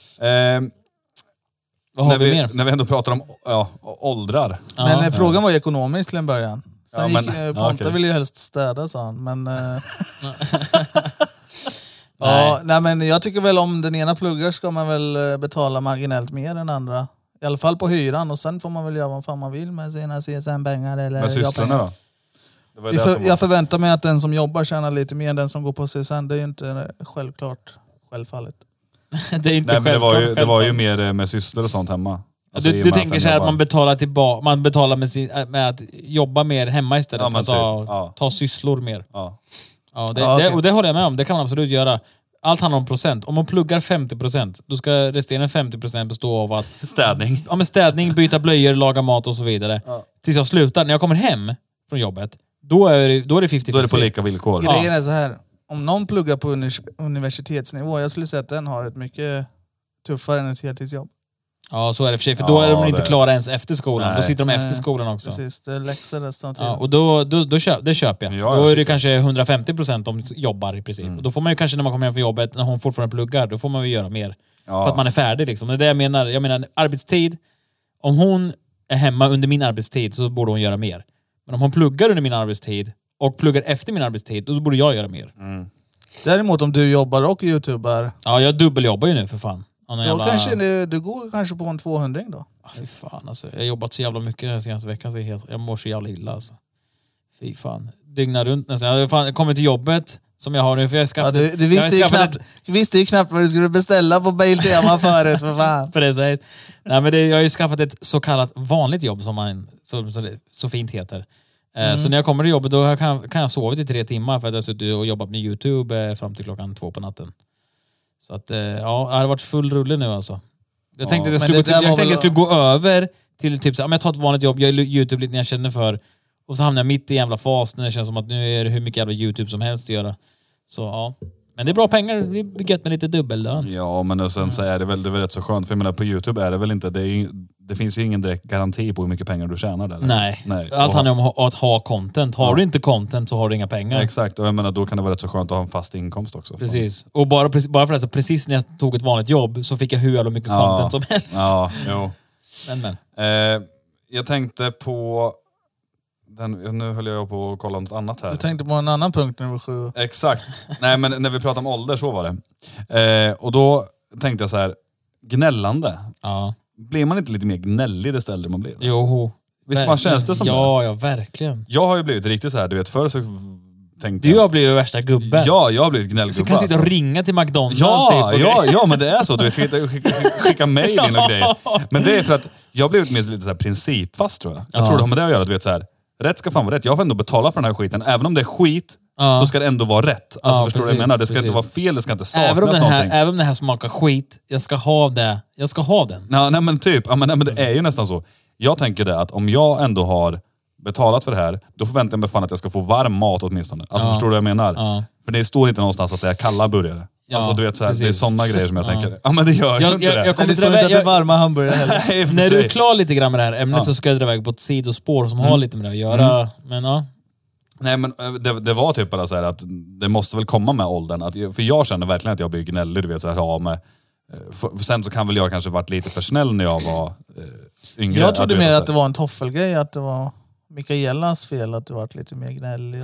Vad har vi mer? När vi ändå pratar om åldrar. Men frågan var ju ekonomiskt till en början. Sen Ponta ville ju helst städa, sa han. Men, nej, men jag tycker väl om den ena pluggar ska man väl betala marginellt mer än andra. I alla fall på hyran. Och sen får man väl göra vad fan man vill med sina CSN-pengar. Med systrarna då? Jag förväntar mig att den som jobbar tjänar lite mer än den som går på CSN. Det är ju inte självfallet. Det är inte det var ju mer med syster och sånt hemma. Alltså, du tänker så här att man betalar tillbaka, man betalar med att jobba mer hemma istället. Ja, alltså, ta sysslor mer. Ja. Och det håller jag med om. Det kan man absolut göra. Allt handlar om procent. Om man pluggar 50%, då ska resterande 50% bestå av att... Städning. Ja, men städning, byta blöjor, laga mat och så vidare. Tills jag slutar. När jag kommer hem från jobbet, då är det 50-50. Då är det på lika villkor. Grejen är så här. Om någon pluggar på universitetsnivå, jag skulle säga att den har ett mycket tuffare än ett heltidsjobb. Ja, så är det för sig. För då är de inte klara ens efter skolan. Nej. Då sitter de efter skolan också. Precis, det är läxor resten av tiden. Ja, och det köper jag. Då är det kanske 150% de jobbar i princip. Och då får man ju kanske när man kommer hem från jobbet, när hon fortfarande pluggar, då får man ju göra mer. För att man är färdig liksom. Det är det jag menar. Jag menar arbetstid. Om hon är hemma under min arbetstid så borde hon göra mer. Men om hon pluggar under min arbetstid och pluggar efter min arbetstid, då borde jag göra mer. Däremot om du jobbar och youtubar... Ja, jag dubbeljobbar ju nu för fan. Då kanske du går kanske på en 200 då. Fy fan alltså. Jag har jobbat så jävla mycket den senaste veckan så jag mår så jävla illa alltså. Fy fan. Dygna runt nästan. Jag har kommit till jobbet som jag har nu för jag skaffade... Ja, du visste ju knappt vad du skulle beställa på Biltema förut för fan. Precis. Nej, men jag har ju skaffat ett så kallat vanligt jobb som man så fint heter. Så när jag kommer till jobbet då kan jag sova i 3 timmar för att jag har suttit och jobbat med YouTube fram till 2:00 på natten. Så att jag har varit full rulle nu alltså. Jag tänkte att jag skulle gå över till typ så, jag tar ett vanligt jobb, jag gör YouTube lite när jag känner för Och så hamnar jag mitt i jävla fas när det känns som att nu är det hur mycket jävla YouTube som helst att göra. Så ja. Men det är bra pengar, det blir gött med lite dubbellön. Ja, men sen så är det väl rätt så skönt. För jag menar, på YouTube är det väl inte... Det finns ju ingen direkt garanti på hur mycket pengar du tjänar där. Nej. Allt handlar om att ha content. Har du inte content så har du inga pengar. Exakt, och jag menar, då kan det vara rätt så skönt att ha en fast inkomst också. Precis. Och bara för det så precis när jag tog ett vanligt jobb så fick jag hur jävla mycket content som helst. Ja, jo. Men. Jag tänkte på... Nu höll jag på att kolla något annat här. Jag tänkte på en annan punkt när du var 7. Exakt. Nej, men när vi pratar om ålder så var det. Och då tänkte jag så här, gnällande. Ja. Blir man inte lite mer gnällig desto äldre man blir? Jo. Visst fan känns det som det? Ja, verkligen. Jag har ju blivit riktigt så här, du vet, förr så tänkte Du har blivit värsta gubben. Ja, jag har blivit gnällgubbe. Så du kan sitta och ringa till McDonalds. Ja, men det är så. Du ska skicka mejl in och grejer. Men det är för att jag har blivit lite så här principfast, tror jag. Jag tror det har med det att göra, du vet så här. Rätt ska fan vara rätt. Jag får ändå betala för den här skiten. Även om det är skit så ska det ändå vara rätt. Alltså förstår du vad jag menar? Det ska inte vara fel, det ska inte saknas någonting. Även om det här smakar skit, jag ska ha det. Jag ska ha den. Nej men typ, men det är ju nästan så. Jag tänker det att om jag ändå har betalat för det här, då förväntar jag mig fan att jag ska få varm mat åtminstone. Alltså förstår du vad jag menar? För det står inte någonstans att det är kalla burgare. Ja, alltså du vet så här, det är sådana grejer som jag tänker. Ja men det gör ju inte det. Det står inte att det är varma hamburgare heller. När du är klar lite grann med det här ämnet så ska jag dra iväg på ett sidospår som har lite med det att göra. Men ja. Nej men det var typ bara så här att det måste väl komma med åldern. För jag känner verkligen att jag blir gnällig, du vet så här, sen så kan väl jag kanske varit lite för snäll när jag var yngre. Jag trodde mer att det var en toffelgrej, att det var Mikaelas fel att du varit lite mer gnällig.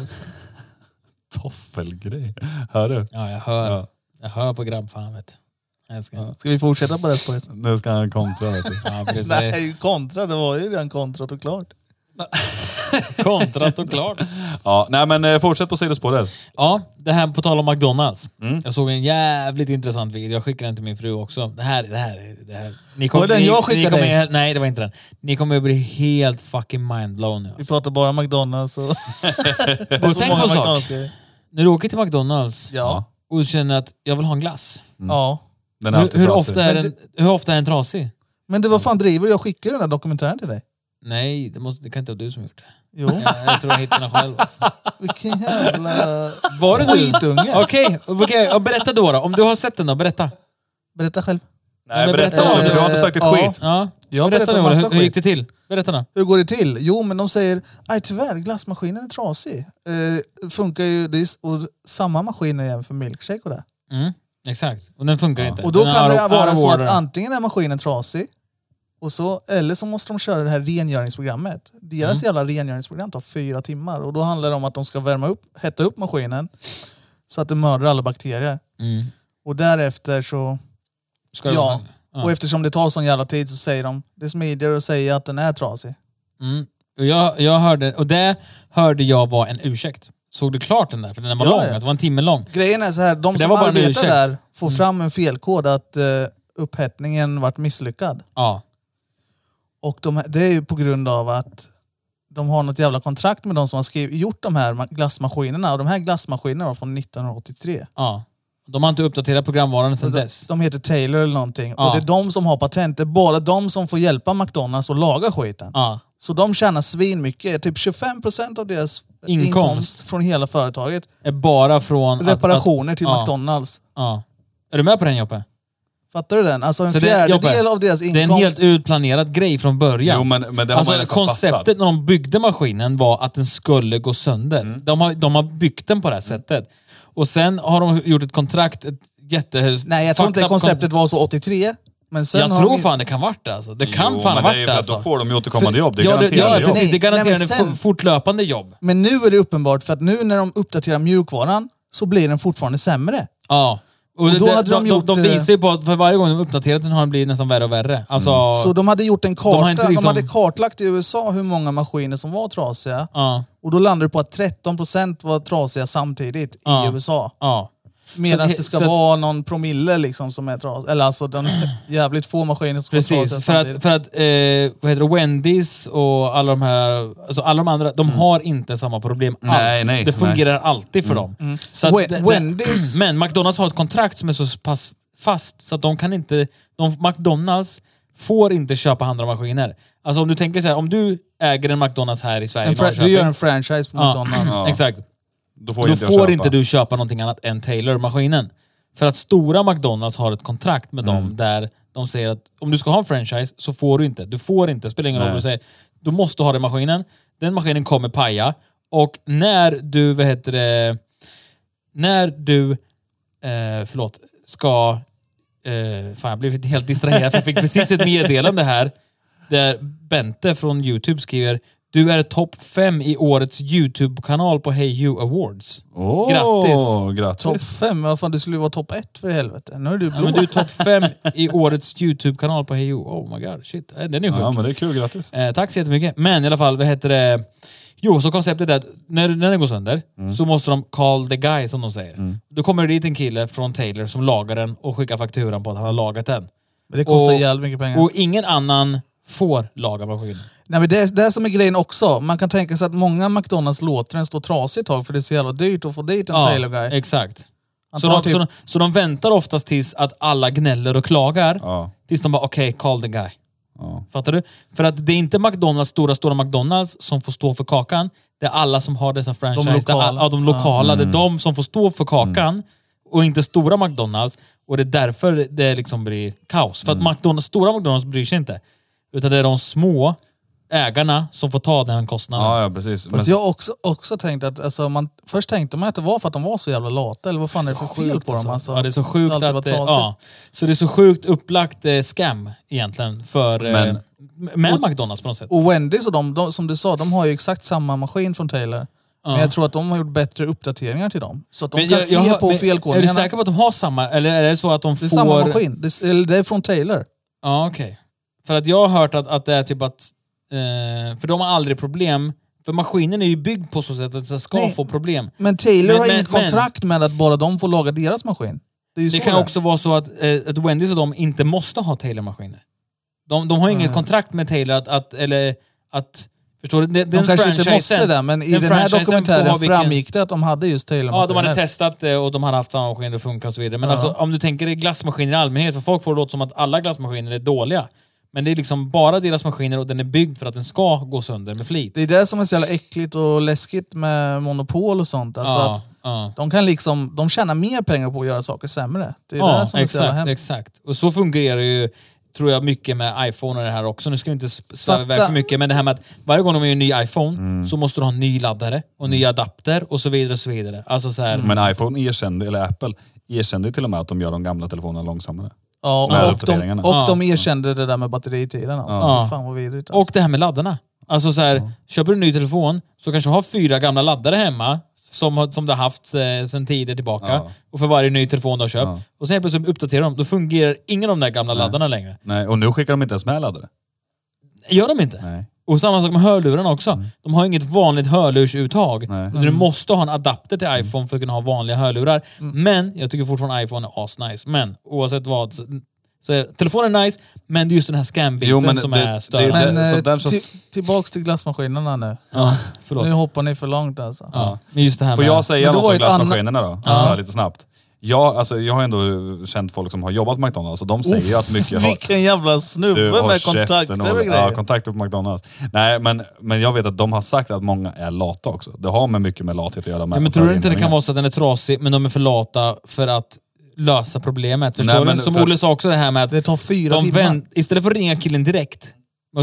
Toffelgrej. Hör du? Ja, jag hör. Ja. Jag hör på grabbfan, vet du. Ska vi fortsätta på det spåret? Nu ska han kontra, vet du. Ja, precis. Nej, kontra, det var ju redan kontrat och klart. Kontrat och klart. Ja, nej men fortsätt på sidospåret. Ja, det här på tal om McDonalds. Jag såg en jävligt intressant video. Jag skickade den till min fru också. Det här. Var det den jag skickade dig? Nej, det var inte den. Ni kommer att bli helt fucking mindblown nu. Vi pratar bara McDonalds och... och tänk på en sak. När du åker till McDonalds och du känner att jag vill ha en glass. Ja. Den är hur ofta är den trasig? Men det var fan driver, jag skickade den där dokumentären till dig. Nej, det kan inte vara du som gjort det. Jo. Jag tror jag hittade den själv. Alltså. Vilken jävla... Var det skitunge? Okej, berätta då. Om du har sett den då, berätta. Berätta själv. Nej, berätta för du har inte sagt ett skit. Ja. Jag berätta berättar massa hur gick det till? Berätta då. Hur går det till? Jo, men de säger, nej tyvärr, glassmaskinen är trasig. Funkar ju, det är samma maskin igen för milkshake och det. Exakt, och den funkar inte. Och då kan det vara så att antingen är maskinen trasig, eller så måste de köra det här rengöringsprogrammet. Deras jävla rengöringsprogram tar 4 timmar. Och då handlar det om att de ska hetta upp maskinen så att det mördar alla bakterier. Och därefter så... Och eftersom det tar sån jävla tid så säger de, det är smidigare att säga att den är trasig. Och jag hörde, och det hörde jag var en ursäkt. Såg du klart den där? För den var lång, det var en timme lång. Grejen är så här, de som arbetar där får fram en felkod att upphettningen vart misslyckad. Ja. Och det är ju på grund av att de har något jävla kontrakt med de som har gjort de här glassmaskinerna. Och de här glassmaskinerna var från 1983. Ja. De har inte uppdaterat programvaran sedan dess. De heter Taylor eller någonting. Ja. Och det är de som har patent. Det är bara de som får hjälpa McDonalds att laga skiten. Ja. Så de tjänar svin mycket. Typ 25% av deras inkomst från hela företaget är bara från reparationer till McDonalds. Ja. Är du med på den, Joppe? Fattar du den? Alltså en fjärdedel av deras inkomst. Det är en helt utplanerad grej från början. Jo, men det har man konceptet när de byggde maskinen var att den skulle gå sönder. De har byggt den på det här sättet. Och sen har de gjort ett kontrakt, Nej, jag tror inte konceptet var så 83. Men sen jag tror fan det kan vara det alltså. Det kan fan ha varit det alltså. Då får de ju återkommande jobb. Det garanterar jobb. Precis, det garanterar fortlöpande jobb. Men nu är det uppenbart för att nu när de uppdaterar mjukvaran så blir den fortfarande sämre. Ja. Och de visar ju på att för varje gång de uppdaterat den har den blivit nästan värre och värre. Alltså, så de hade gjort en karta. De hade kartlagt i USA hur många maskiner som var trasiga. Och då landade det på att 13% var trasiga samtidigt i USA. Ja. Medan det ska vara någon promille liksom som är trasig. Eller alltså den jävligt få maskiner som är trasiga samtidigt. För att vad heter det, Wendy's och alla de här, alltså alla de andra, de har inte samma problem alls. Det fungerar alltid för dem. Så att men McDonalds har ett kontrakt som är så pass fast så att de kan inte, McDonalds får inte köpa andra maskiner. Alltså om du tänker så här, om du äger en McDonalds här i Sverige. Du gör en franchise på McDonalds. Ja. Exakt. Då får inte du köpa någonting annat än Taylor-maskinen. För att stora McDonalds har ett kontrakt med dem där de säger att om du ska ha en franchise så får du inte. Du får inte, spelar ingen roll vad du säger. Du måste ha den maskinen. Den maskinen kommer paja. Och när du, ska... fan, jag blev helt distraherad för jag fick precis ett meddelande här där Bente från YouTube skriver: du är topp 5 i årets YouTube-kanal på Hey You Awards. Grattis! Topp 5? Vad fan, det skulle ju vara topp 1 för helvete. Nu är du blå. Men du är topp 5 i årets YouTube-kanal på Hey You. Oh my god, shit. Den är sjuk. Ja, men det är kul, grattis. Tack så jättemycket. Men i alla fall, Jo, så konceptet är att när den går sönder så måste de call the guy, som de säger. Då kommer det dit en kille från Taylor som lagar den och skickar fakturan på att han har lagat den. Men det kostar jävligt mycket pengar. Och ingen annan får laga maskinen. Nej, men det är som är grejen också. Man kan tänka sig att många McDonalds låter den stå trasig ett tag för det är så jävla dyrt att få dit en Taylor guy. Exakt. Så de väntar oftast tills att alla gnäller och klagar. Tills de bara, okej, call the guy. Fattar du? För att det är inte McDonalds, stora McDonalds som får stå för kakan. Det är alla som har dessa franchise. De lokala. Det är de som får stå för kakan. Och inte stora McDonalds. Och det är därför det liksom blir kaos. För att stora McDonalds bryr sig inte. Utan det är de små ägarna som får ta den kostnaden. Ja, precis. Fast jag har också tänkt att först tänkte man att det var för att de var så jävla lata. Eller vad fan är det för fel på dem? Alltså, ja, det är så sjukt att... Så det är så sjukt upplagt scam egentligen med McDonalds på något sätt. Och Wendy's och de som du sa, de har ju exakt samma maskin från Taylor. Men jag tror att de har gjort bättre uppdateringar till dem. Så att de kan se på felkodningarna. Är du säker på att de har samma? Eller är det så att de får... Det är samma maskin. Det är från Taylor. Ja, okej. För att jag har hört att det är typ att... för de har aldrig problem. För maskinen är ju byggd på så sätt att det ska få problem. Men Taylor har inget kontrakt med att bara de får laga deras maskin. Det kan också vara så att Wendy's och de inte måste ha Taylor-maskiner. De har inget kontrakt med Taylor att förstår du? De kanske inte måste det, men i den här dokumentären framgick det att de hade just Taylor-maskiner. Ja, de hade testat det och de hade haft samma maskiner och funkar och så vidare. Men alltså, om du tänker dig glassmaskiner i allmänhet, för folk får det låta som att alla glassmaskiner är dåliga. Men det är liksom bara deras maskiner och den är byggd för att den ska gå sönder med flit. Det är det som är så jävla äckligt och läskigt med monopol och sånt. Alltså de kan de tjänar mer pengar på att göra saker sämre. Det är det som är så jävla hemskt. Exakt. Och så fungerar det ju, tror jag, mycket med iPhone och det här också. Nu ska vi inte sväva iväg för mycket, men det här med att varje gång de gör en ny iPhone så måste du ha en ny laddare och ny adapter och så vidare och så vidare. Alltså så här. Men iPhone eller Apple erkände till och med att de gör de gamla telefonerna långsammare. Ja, och de erkände det där med batteritiden. Alltså. Fan vad vidrigt. Alltså. Och det här med laddarna. Alltså så här, köper du en ny telefon så kanske du har 4 gamla laddare hemma som du har haft sedan tidigare tillbaka. Och för varje ny telefon du har köpt. Och sen plötsligt uppdaterar de. Då fungerar ingen av de där gamla laddarna längre. Nej, och nu skickar de inte ens med laddare. Gör de inte? Nej. Och samma sak med hörlurarna också. De har inget vanligt hörlursuttag. Du måste ha en adapter till iPhone för att kunna ha vanliga hörlurar. Men jag tycker fortfarande iPhone är asnice. Men oavsett vad... Så telefonen är nice, men det är just den här scam-biten som är större. Men tillbaks till glassmaskinerna nu. Nu hoppar ni för långt alltså. Men just det här får jag säga något om glassmaskinerna då? Lite snabbt. Jag har ändå känt folk som har jobbat på McDonalds och de säger att mycket... Vilken jävla snubbe med kontakter och grejer. Ja, kontakter på McDonalds. Nej, men jag vet att de har sagt att många är lata också. Det har med mycket med lathet att göra. Med men tror du inte det kan vara så att den är trasig, men de är för lata för att lösa problemet? Förstår du? Som Olle sa också det här med att... Det tar 4 timmar. Istället för att ringa killen direkt.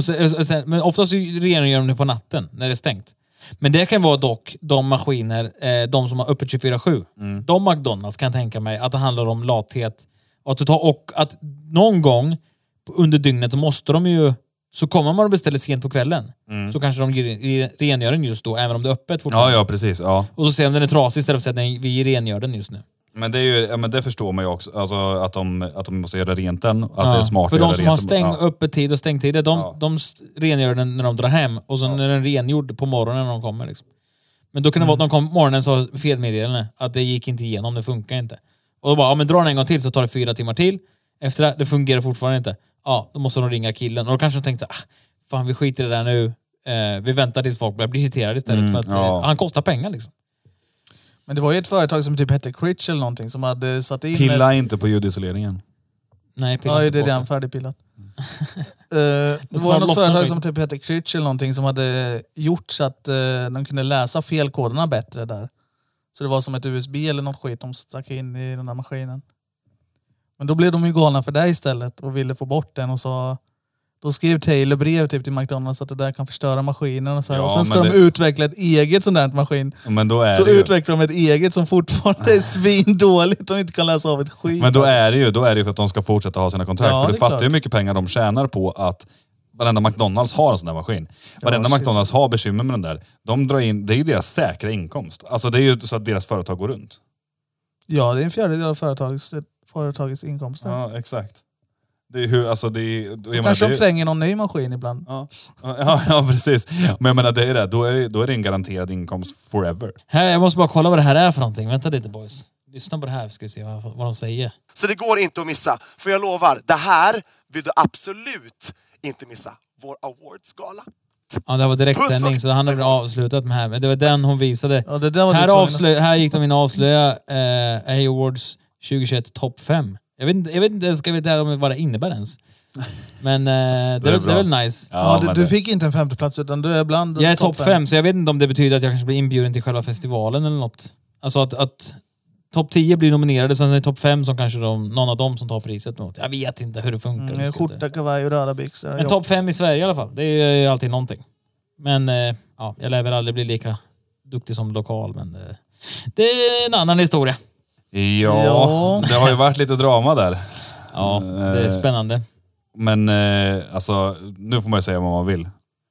Men oftast gör de det på natten, när det är stängt. Men det kan vara dock de maskiner, de som har öppet 24/7. De McDonalds kan tänka mig att det handlar om lathet. Och att någon gång under dygnet måste de ju... Så kommer man och beställer sent på kvällen. Så kanske de rengör den just då, även om det är öppet fortfarande. Ja, precis. Ja. Och så ser om den är trasig istället för att säga att vi rengör den just nu. Men det är ju, men det förstår man ju också, alltså att de måste göra rent den, att det är smart. För de som har öppettid och stängtider, de rengör den när de drar hem och så när den är rengjord på morgonen när de kommer liksom. Men då kan det vara att de kom på morgonen så felmeddelande att det gick inte igenom, det funkar inte. Och då bara, men dra den en gång till så tar det 4 timmar till. Efter det fungerar fortfarande inte. Ja, då måste de ringa killen. Och då kanske de tänkte, fan vi skiter i det där nu. Vi väntar tills folk blir irriterade istället för att han kostar pengar liksom. Men det var ju ett företag som typ hette Critch eller någonting som hade satt in... Pilla inte på ljudisoleringen. Nej, pilla inte. Ja, det är redan färdigpillat. Det var något företag som typ heter Critch eller någonting som hade gjort så att de kunde läsa felkoderna bättre där. Så det var som ett USB eller något skit de stack in i den där maskinen. Men då blev de ju galna för det istället och ville få bort den och så då skrev Taylor brev typ till McDonalds att det där kan förstöra maskinen och så här. Och sen ska de utveckla ett eget sånt där maskin. Men då är så det utvecklar de ett eget som fortfarande är svindåligt och inte kan läsa av ett skit. Men då är det ju för att de ska fortsätta ha sina kontrakt. För du fattar ju hur mycket pengar de tjänar på att varenda McDonalds har en sån där maskin. Varenda McDonalds har bekymmer med den där. De drar in, det är ju deras säkra inkomst. Alltså det är ju så att deras företag går runt. Ja, det är en fjärdedel av företagets inkomster. Ja, exakt. Det är hur, alltså det är, så kanske de kränger någon ny maskin ibland. Ja, precis. Men jag menar, det är det. Då är det en garanterad inkomst forever. Här, jag måste bara kolla vad det här är för någonting. Vänta lite boys. Lyssna på det här ska vi se vad de säger. Så det går inte att missa. För jag lovar, det här vill du absolut inte missa. Vår awardsgala. Ja, det var direktsändning så han hade avslutat med här. Men det var den hon visade. Ja, det var här gick de in och avslöjade A-Awards 2021 topp 5. Jag vet inte, ska veta vad det innebär ens. Men det är väl nice. Ja, du fick inte en 5:e plats utan du är bland jag är topp 5 så jag vet inte om det betyder att jag kanske blir inbjuden till själva festivalen eller något. Alltså att topp 10 blir nominerade, sen är det topp 5 som kanske någon av dem som tar priset. Jag vet inte hur det funkar. Skjorta, kavaj och röda byxor. Men topp 5 i Sverige i alla fall. Det är ju alltid någonting. Men ja, jag lär väl aldrig bli lika duktig som lokal. Men det är en annan historia. Ja, det har ju varit lite drama där. Ja, det är spännande. Men alltså, nu får man ju säga vad man vill.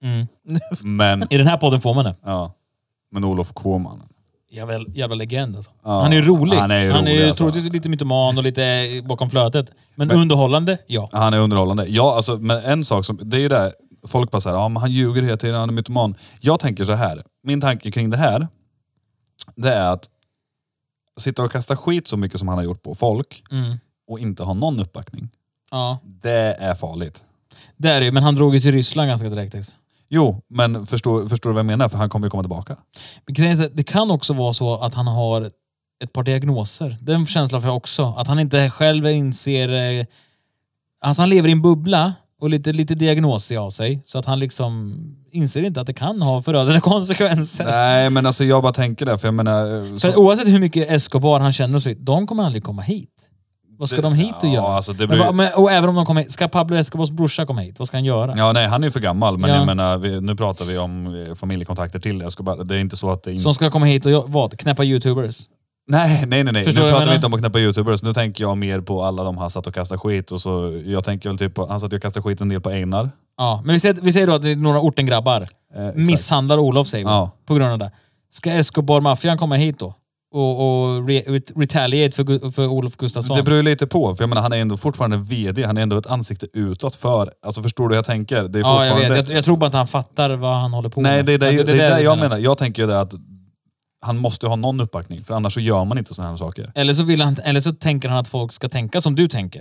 Men i den här podden får man det. Ja. Men Olof Kåman. Jävla legend alltså. Ja, han är rolig. Han är ju troligtvis lite mytoman och lite bakom flötet. Men underhållande, ja. Han är underhållande. Ja, alltså, men en sak som, det är ju det, folk bara säger, men han ljuger hela tiden, han är mytoman. Jag tänker så här, min tanke kring det här, det är att sitta och kasta skit så mycket som han har gjort på folk och inte ha någon uppbackning. Ja. Det är farligt. Det är det, men han drog ju till Ryssland ganska direkt. Jo, men förstår du vad jag menar? För han kommer ju komma tillbaka. Men det kan också vara så att han har ett par diagnoser. Den känslan får jag också. Att han inte själv inser... Alltså han lever i en bubbla och lite diagnoser av sig. Så att han liksom inser inte att det kan ha förödande konsekvenser. Nej, men alltså jag bara tänker det. För jag menar... För oavsett hur mycket Escobar han känner så, de kommer aldrig komma hit. Vad ska de hit och göra? Alltså och även om de kommer hit, ska Pablo Escobars brorsa komma hit? Vad ska han göra? Ja, nej, han är ju för gammal. Men jag menar, nu pratar vi om familjekontakter till Escobar. Det är inte så att det inte... Som ska komma hit och knäppa YouTubers? Nej. Nu pratar vi inte om att knäppa YouTubers. Nu tänker jag mer på alla de han satt och kastade skit. Och så, jag tänker väl typ på, han satt och kastade skit en del på Einar. Ja, men vi säger då att det är några ortengrabbar. Misshandlar Olof, säger vi. På grund av det. Ska Escobar-maffian komma hit då? Och retaliate för Olof Gustafsson. Det beror lite på, för jag menar, han är ändå fortfarande vd, han är ändå ett ansikte utåt för, alltså förstår du hur jag tänker? Det är fortfarande... jag vet. Jag tror bara att han fattar vad han håller på med. Nej, det är det jag menar. Jag tänker ju det att han måste ha någon uppbackning, för annars så gör man inte såna här saker. Eller så tänker han att folk ska tänka som du tänker.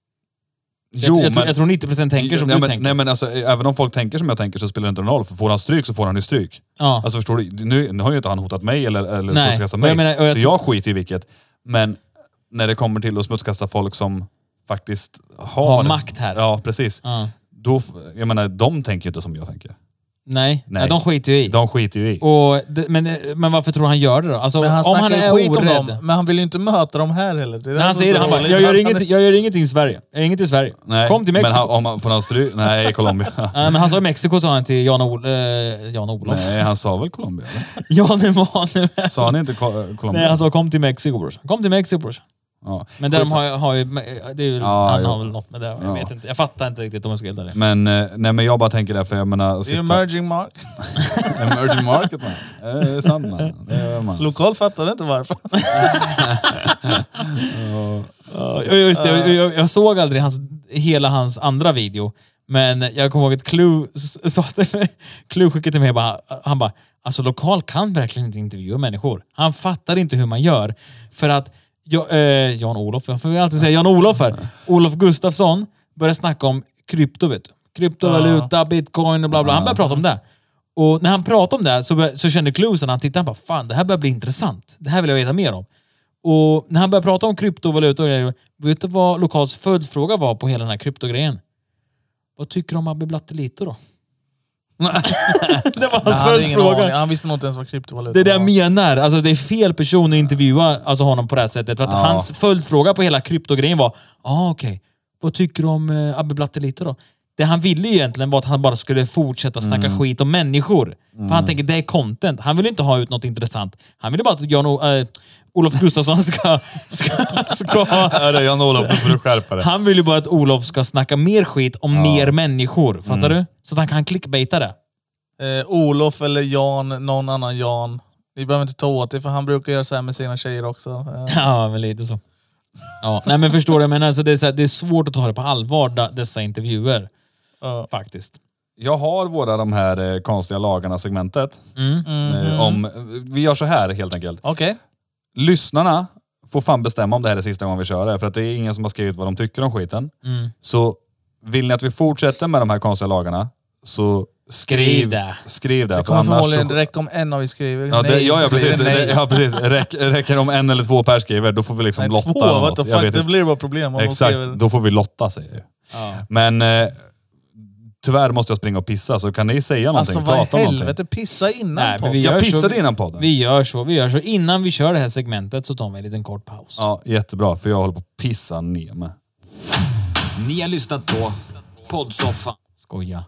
Jo, jag tror 90% tänker som du tänker. Nej, men alltså, även om folk tänker som jag tänker så spelar det inte någon roll. För får han stryk så får han ju stryk. Ja. Alltså förstår du, nu har ju inte han hotat mig eller smutskastat mig. Så jag skiter i vilket. Men när det kommer till att smutskasta folk som faktiskt har makt här. Ja, precis. Ja. Då, jag menar, de tänker inte som jag tänker. Nej, de skiter ju i. De skiter ju i. Men varför tror han gör det då? Alltså, men han om han är skit orädd. Om dem, men han vill ju inte möta dem här heller. Det är han säger det, han bara, jag gör ingenting i Sverige. Jag gör inget i Sverige. Nej, kom till Mexiko. Men får han stryk? Nej, i Colombia. Nej, men han sa Mexiko, sa han till Jan Olof. Nej, han sa väl Colombia? Jan Emanuel. Sa han inte Colombia? Nej, han sa kom till Mexiko, brorsan. Kom till Mexiko, brorsan. Ja. Men där de har ju det är ju, han har väl något med det. Jag vet inte. Jag fattar inte riktigt om jag ska helt det. Men jag bara tänker det, för jag menar... Det är emerging market. Emerging market, man. Det är sant, man. Lokal fattar inte varför. Just det, jag såg aldrig hela hans andra video. Men jag kommer ihåg att Clue skickade till mig han bara, alltså Lokal kan verkligen inte intervjua människor. Han fattar inte hur man gör. För att Jan Olof, jag får alltid säga Jan Olof här. Olof Gustafsson började snacka om krypto, vet du. Kryptovaluta, bitcoin och bla bla. Han började prata om det. Och när han pratade om det så kände Clue när han tittade, han bara, fan, det här börjar bli intressant. Det här vill jag veta mer om. Och när han började prata om kryptovaluta och grejer, vet du vad Lokals följdfråga var på hela den här kryptogrejen? vad tycker du om Abbe Blattelito då? Det var hans följdfråga. Han visste nog inte ens vad kryptovaluta var. Det jag menar. Alltså det är fel person att intervjua alltså honom på det här sättet. För att hans följdfråga på hela kryptogrejen var okej. Vad tycker du om Abbe Blattelito då? Det han ville egentligen var att han bara skulle fortsätta snacka skit om människor. För han tänker det är content. Han vill inte ha ut något intressant. Han ville bara att Olof Gustafsson ska Jan-Olof, nu får du skärpa det. Han vill ju bara att Olof ska snacka mer skit om mer människor. Fattar du? Så att han kan clickbaita det. Olof eller Jan, någon annan Jan. Vi behöver inte ta åt det, för han brukar göra så här med sina tjejer också. Ja, men lite så. Ja, nej men förstår du, men alltså det är svårt att ta det på allvar, dessa intervjuer. Faktiskt. Jag har de här konstiga lagarna segmentet. Vi gör så här helt enkelt. Okej. Lyssnarna får fan bestämma om det här är sista gången vi kör det. För att det är ingen som har skrivit vad de tycker om skiten. Så vill ni att vi fortsätter med de här konstiga lagarna, så skriv det. Det kommer förmodligen räcka om en av vi skriver. Precis. Räcker om en eller två per skriver, då får vi liksom lotta. Det blir bara problem om exakt, då får vi lotta, säger jag. Men tyvärr måste jag springa och pissa, så kan ni säga någonting? Alltså vad i helvete, pissa innan podden. Jag pissade innan podden. Vi gör så. Innan vi kör det här segmentet så tar vi en liten kort paus. Ja, jättebra, för jag håller på att pissa ner mig. Ni har lyssnat på Poddsoffan. Skoja.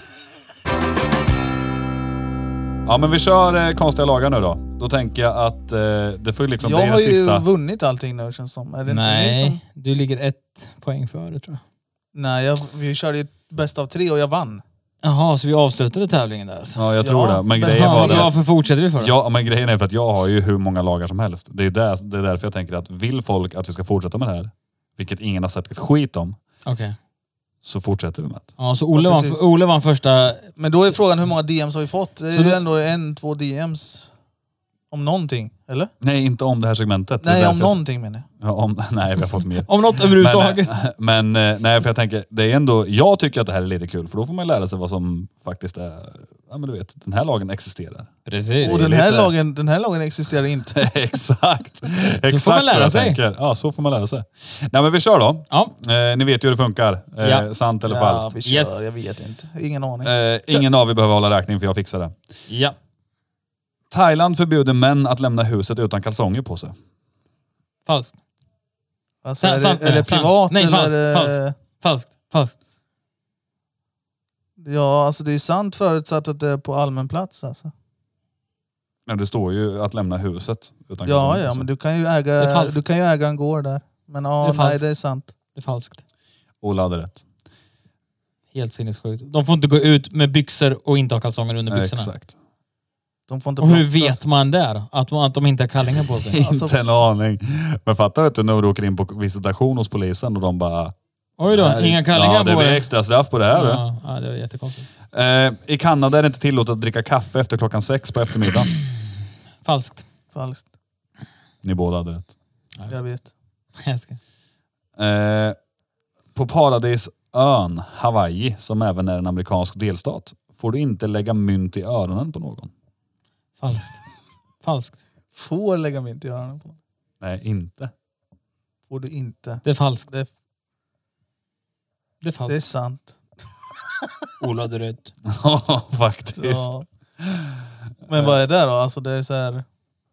Ja, men vi kör konstiga lagar nu då. Då tänker jag att det får liksom bli det sista. Jag har ju vunnit allting nu, känns som. Är det nej, inte som... du ligger 1 poäng före, tror jag. Nej, vi körde ju bäst av 3 och jag vann. Jaha, så vi avslutade tävlingen där alltså. Ja, jag tror det. Men grejen var det. Varför fortsätter vi för det? Ja, men grejen är för att jag har ju hur många lagar som helst. Det är därför jag tänker att vill folk att vi ska fortsätta med det här, vilket ingen har sett ett skit om, så fortsätter vi med det. Ja, så Olle vann första... Men då är frågan, hur många DMs har vi fått? Det är ju ändå 1-2 DMs om någonting, eller? Nej, inte om det här segmentet. Nej, om någonting menar jag. Ja, nej, vi har fått mer. Om något överhuvudtaget. Men nej, för jag tänker, det är ändå, jag tycker att det här är lite kul, för då får man lära sig vad som faktiskt är, ja men du vet, den här lagen existerar. Precis. Och den här lagen existerar inte. Exakt. Då får man lära sig. Ja, så får man lära sig. Nej, men vi kör då. Ja. Ni vet ju hur det funkar. Sant eller falskt. Vi kör, jag vet inte. Ingen aning. Ingen av er behöver hålla räkning, för jag fixar det. Ja. Thailand förbjuder män att lämna huset utan kalsonger på sig. Falskt. Alltså, är det privat? Nej, eller falskt. Ja, alltså det är sant förutsatt att det är på allmän plats. Alltså. Men det står ju att lämna huset utan kalsonger. Ja, men du kan ju äga en gård där. Men det är sant. Det är falskt. Ola hade rätt. Helt sinnessjukt. De får inte gå ut med byxor och inte ha kalsonger under byxorna. Exakt. De får inte och hur vet man där? Att de inte har kallingar på sig? Inte en aning. Men fattar du när du åker in på visitation hos polisen och de bara... Oj då, inga kallingar på det. Ja, det blir extra straff på det här. Ja, det var jättekonstigt. I Kanada är det inte tillåtet att dricka kaffe efter 6:00 på eftermiddagen. Falskt. Ni båda hade rätt. Jag vet. På Paradisön, Hawaii, som även är en amerikansk delstat, får du inte lägga mynt i öronen på någon. Falskt. Får lägga mynt i öronen på någon? Nej, inte. Får du inte. Det är falskt. Det är falskt. Det är sant. Ola hade rätt. Ja, faktiskt. Ja. Men vad är det då? Alltså det är så här...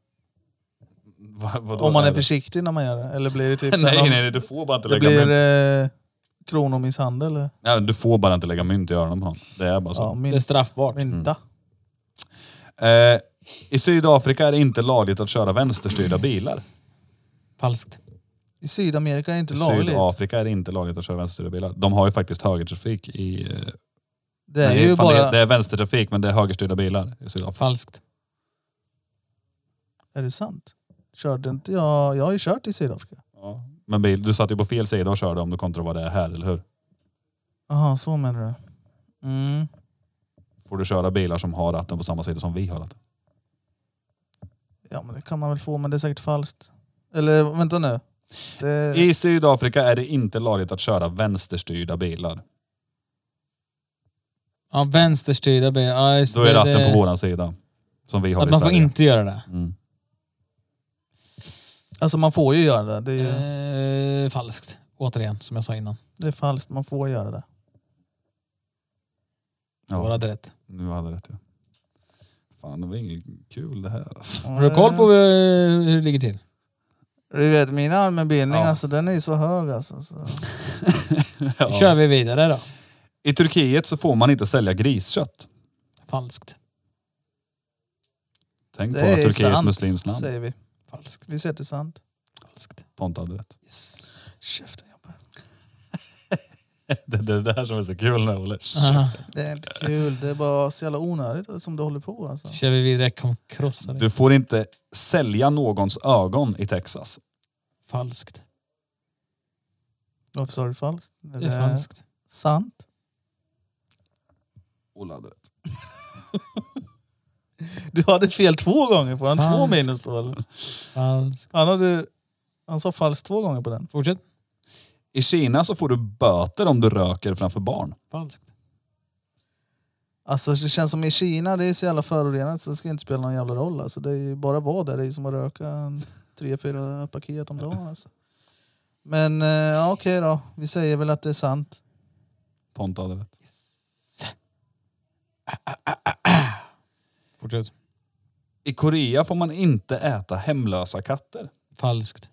Vadå, om man är försiktig när man gör det? Eller blir det typ nej, du får bara inte lägga mynt. Det blir kronomisshandel eller? Ja, du får bara inte lägga mynt i öronen på någon. Det är bara så. Ja, det är straffbart. Mynta. I Sydafrika är det inte lagligt att köra vänsterstyrda bilar. Falskt. I Sydamerika är det inte lagligt. Sydafrika är det inte lagligt att köra vänsterstyrda bilar. De har ju faktiskt högertrafik i... Det är ju bara... Det är vänstertrafik, men det är högerstyrda bilar i Sydafrika. Falskt. Är det sant? Körde inte jag... Jag har ju kört i Sydafrika. Ja. Men du satt ju på fel sida och körde om du kontra vad det är här, eller hur? Jaha, så menar du. Får du köra bilar som har ratten på samma sida som vi har ratten? Ja, men det kan man väl få, men det är säkert falskt. Eller, vänta nu. I Sydafrika är det inte lagligt att köra vänsterstyrda bilar. Ja, vänsterstyrda bilar. Ja, då är ratten på våran sida. Som vi har att i man Sverige. Får inte göra det. Alltså man får ju göra det. Det är ju... Falskt. Återigen, som jag sa innan. Det är falskt, man får göra det. Ja. Du hade rätt. Nu hade rätt, ja. Fan, det var inget kul det här alltså. Har du koll på hur det ligger till? Du vet, min allmänbildning, alltså, den är ju så hög alltså. Så. Kör vi vidare då. I Turkiet så får man inte sälja griskött. Falskt. Tänk på att Turkiet är ett muslimskt land. Säger vi. Falskt. Vi säger det sant. Falskt. Ponta hade rätt. Yes. Käften jobbar. Det är det här som är så kul nu, Olle. Det är inte kul, det är bara så jävla onödigt som du håller på alltså. Kör vi vidare, kom krossa dig. Du får inte sälja någons ögon i Texas. Falskt. Varför sa du falskt? Det är falskt. Sant? Olle hade rätt. Du hade fel 2 gånger på den. Falskt. 2 minus då eller? Falskt. Han sa falskt 2 gånger på den. Fortsätt. I Kina så får du böter om du röker framför barn. Falskt. Alltså det känns som i Kina, det är så jävla förorenat så det ska inte spela någon jävla roll. Alltså, det är ju bara vad där, det är som att röka 3-4 paket om dagen. Alltså. Men ja, okej då. Vi säger väl att det är sant. Ponta hade rätt. Fortsätt. I Korea får man inte äta hemlösa katter. Falskt.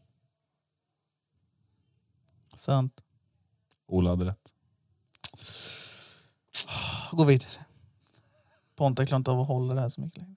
Sant. Ola hade rätt. Gå vidare. Ponta klarar inte av att hålla det här så mycket längre.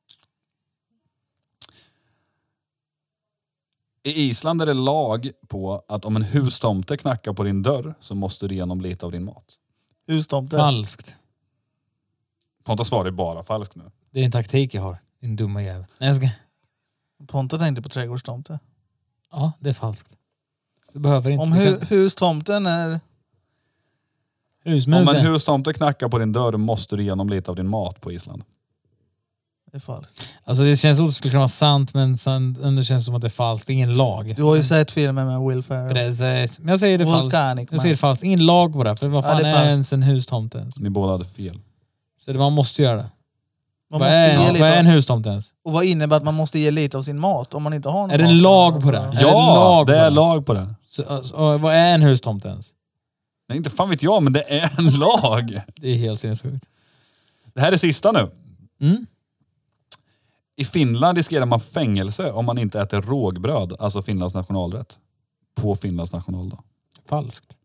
I Island är det lag på att om en hustomte knackar på din dörr så måste du ge honom lite av din mat. Hustomte. Falskt. Ponta svarar bara falskt nu. Det är en taktik jag har. Din dumma jävel. Nej, jag ska... Ponta tänkte på trädgårdstomte. Ja, det är falskt. Du behöver inte. Om hustomten är... Husmusen. Om en hustomte knackar på din dörr måste du ge honom lite av din mat på Island. Det är falskt. Alltså det känns som att det skulle kunna vara sant, men sen det känns som att det är falskt. Ingen lag. Du har ju sett filmen med Will Ferrell. Precis. Men jag säger det falskt. Volcanic Jag säger det falskt. Ingen lag på det. För vad fan det är är falskt. ens en hustomte ens? Ni båda hade fel. Så man måste göra det. Man Vad måste ge är lite en av, hustomte ens? och vad innebär att man måste ge lite av sin mat om man inte har någon Är det mat? en lag på Alltså, det? Är Ja, det det är på lag på det. Så, vad är en hustomte ens? Nej, inte fan vet jag, men det är en lag. Det är helt sinnessjukt. Det här är sista nu. Mm. I Finland riskerar man fängelse om man inte äter rågbröd, alltså Finlands nationalrätt. På Finlands nationaldag. Falskt.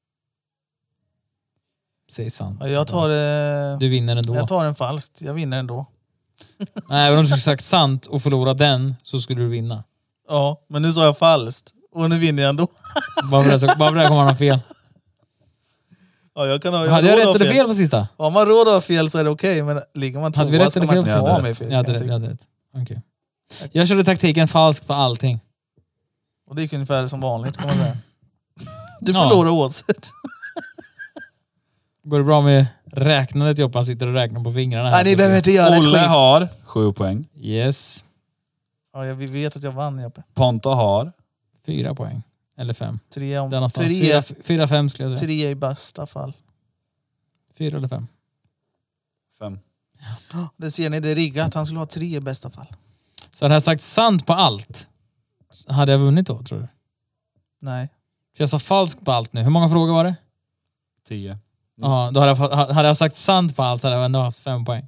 Säg sant. Ja, jag tar det... Du vinner ändå. Jag tar en falskt. Jag vinner ändå. Nej, även om du skulle sagt sant och förlora den så skulle du vinna. Ja, men nu sa jag falskt. Och nu vinner jag ändå. Bara för det kommer man ha fel. Ja, jag kan ha, Hade jag råd att rätt ha eller fel på sista? Om man råd att ha fel så är det okej, men ligger man Hade vi tvåa rätt ska eller man fel inte på få ha sista? mig fel. Jag hade rätt. Okej. Jag körde taktiken falsk på allting. Och det gick ungefär som vanligt kan man säga. Du Ja. förlorar oavsett. Går det bra med räknandet? Joppan sitter och räknar på fingrarna här. Nej, ni behöver inte göra Olle det. har 7 poäng. Yes. Ja, vi vet att jag vann, Jeppe. Ponta har 4 poäng. Eller 5. 3 om... Det är någonstans. 3 4-5 skulle jag säga. 3 i bästa fall. 4 eller 5. 5. Det ser ni, det är riggat. Han skulle ha 3 i bästa fall. Så hade jag sagt sant på allt, hade jag vunnit då, tror du? Nej. För jag sa falskt på allt nu. Hur många frågor var det? 10. Ja, då hade jag sagt sant på allt hade jag ändå haft 5 poäng.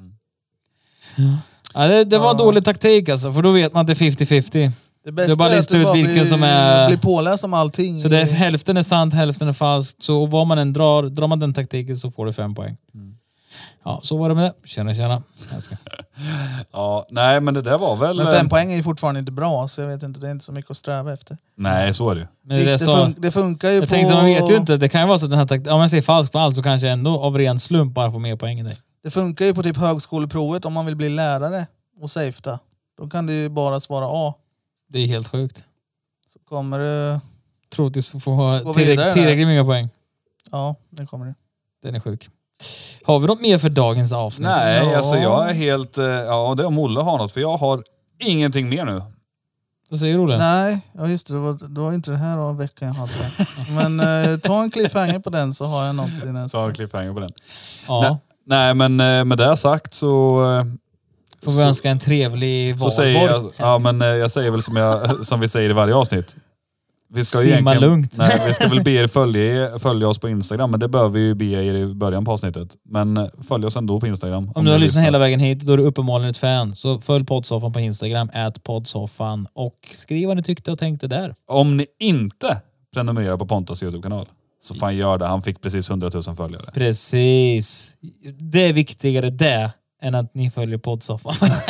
Ja, det var en dålig taktik alltså, för då vet man att det är 50-50. Det bästa bara är att lista du ut bara vilken som är- blir påläst om allting. Så det är, hälften är sant, hälften är falskt. Så vad man än drar man den taktiken så får du 5 poäng. Ja, så var det med det. Tjena. Jag ska. Ja, nej men det där var väl... Men 5 poäng är ju fortfarande inte bra, så jag vet inte, det är inte så mycket att sträva efter. Nej, så är det ju. Men Visst, det så, det funkar ju jag på... tänkte, man vet ju inte. Det kan ju vara så att den här taktiken, om jag säger falskt på allt så kanske jag ändå av ren slump bara får mer poäng än dig. Det funkar ju på typ högskoleprovet om man vill bli lärare och safeta. Då kan du ju bara svara A. Det är helt sjukt. Så kommer du... Troligtvis få Gå vidare tillräckligt många poäng. Ja, det kommer du. Den är sjuk. Har vi något mer för dagens avsnitt? Nej, Ja. alltså jag är helt... Ja, det är om Olle har något, för jag har ingenting mer nu. Vad säger Olle? Nej, ja just det. Det var inte det här av veckan jag hade. Men ta en cliffhanger på den så har jag något i nästa. Ta en cliffhanger på den. Ja. Nej, men med det sagt så... Får vi önska en trevlig Så säger valborg. jag, ja men jag säger väl som vi säger i varje avsnitt. Vi ska Simma lugnt. Nej, vi ska väl be er följa oss på Instagram, men det behöver vi ju be er i början på avsnittet. Men följ oss ändå på Instagram. Om du har lyssnat hela vägen hit, då är du uppenbarligen ett fan. Så följ Poddsoffan på Instagram, @poddsoffan, och skriv vad ni tyckte och tänkte där. Om ni inte prenumererar på Pontus YouTube-kanal, så fan gör det. Han fick precis 100 000 följare. Precis. Det är viktigare det än att ni följer Poddsoffan.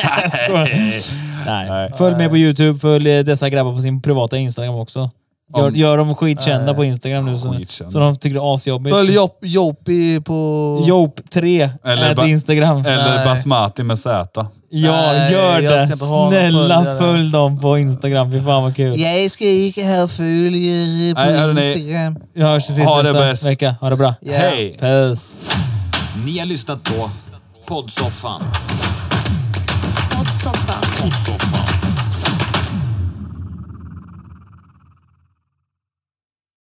Nej. Följ med på YouTube, följ dessa grabbar på sin privata Instagram också. Gör dem skitkända på Instagram nu så de tycker det är asjobbigt. Följ Jopi på... Jope3 eller Instagram. Eller Basmati med Z. Ja, Nej, gör jag ska det. inte ha någon Snälla följare. följ dem på Instagram. Fy fan vad kul. Jag ska inte ha följare på Instagram. Vi hörs till sist Ha det nästa bäst. vecka. Ha det bra. Ja. Hej! Puss. Ni har lyssnat på Poddsoffan.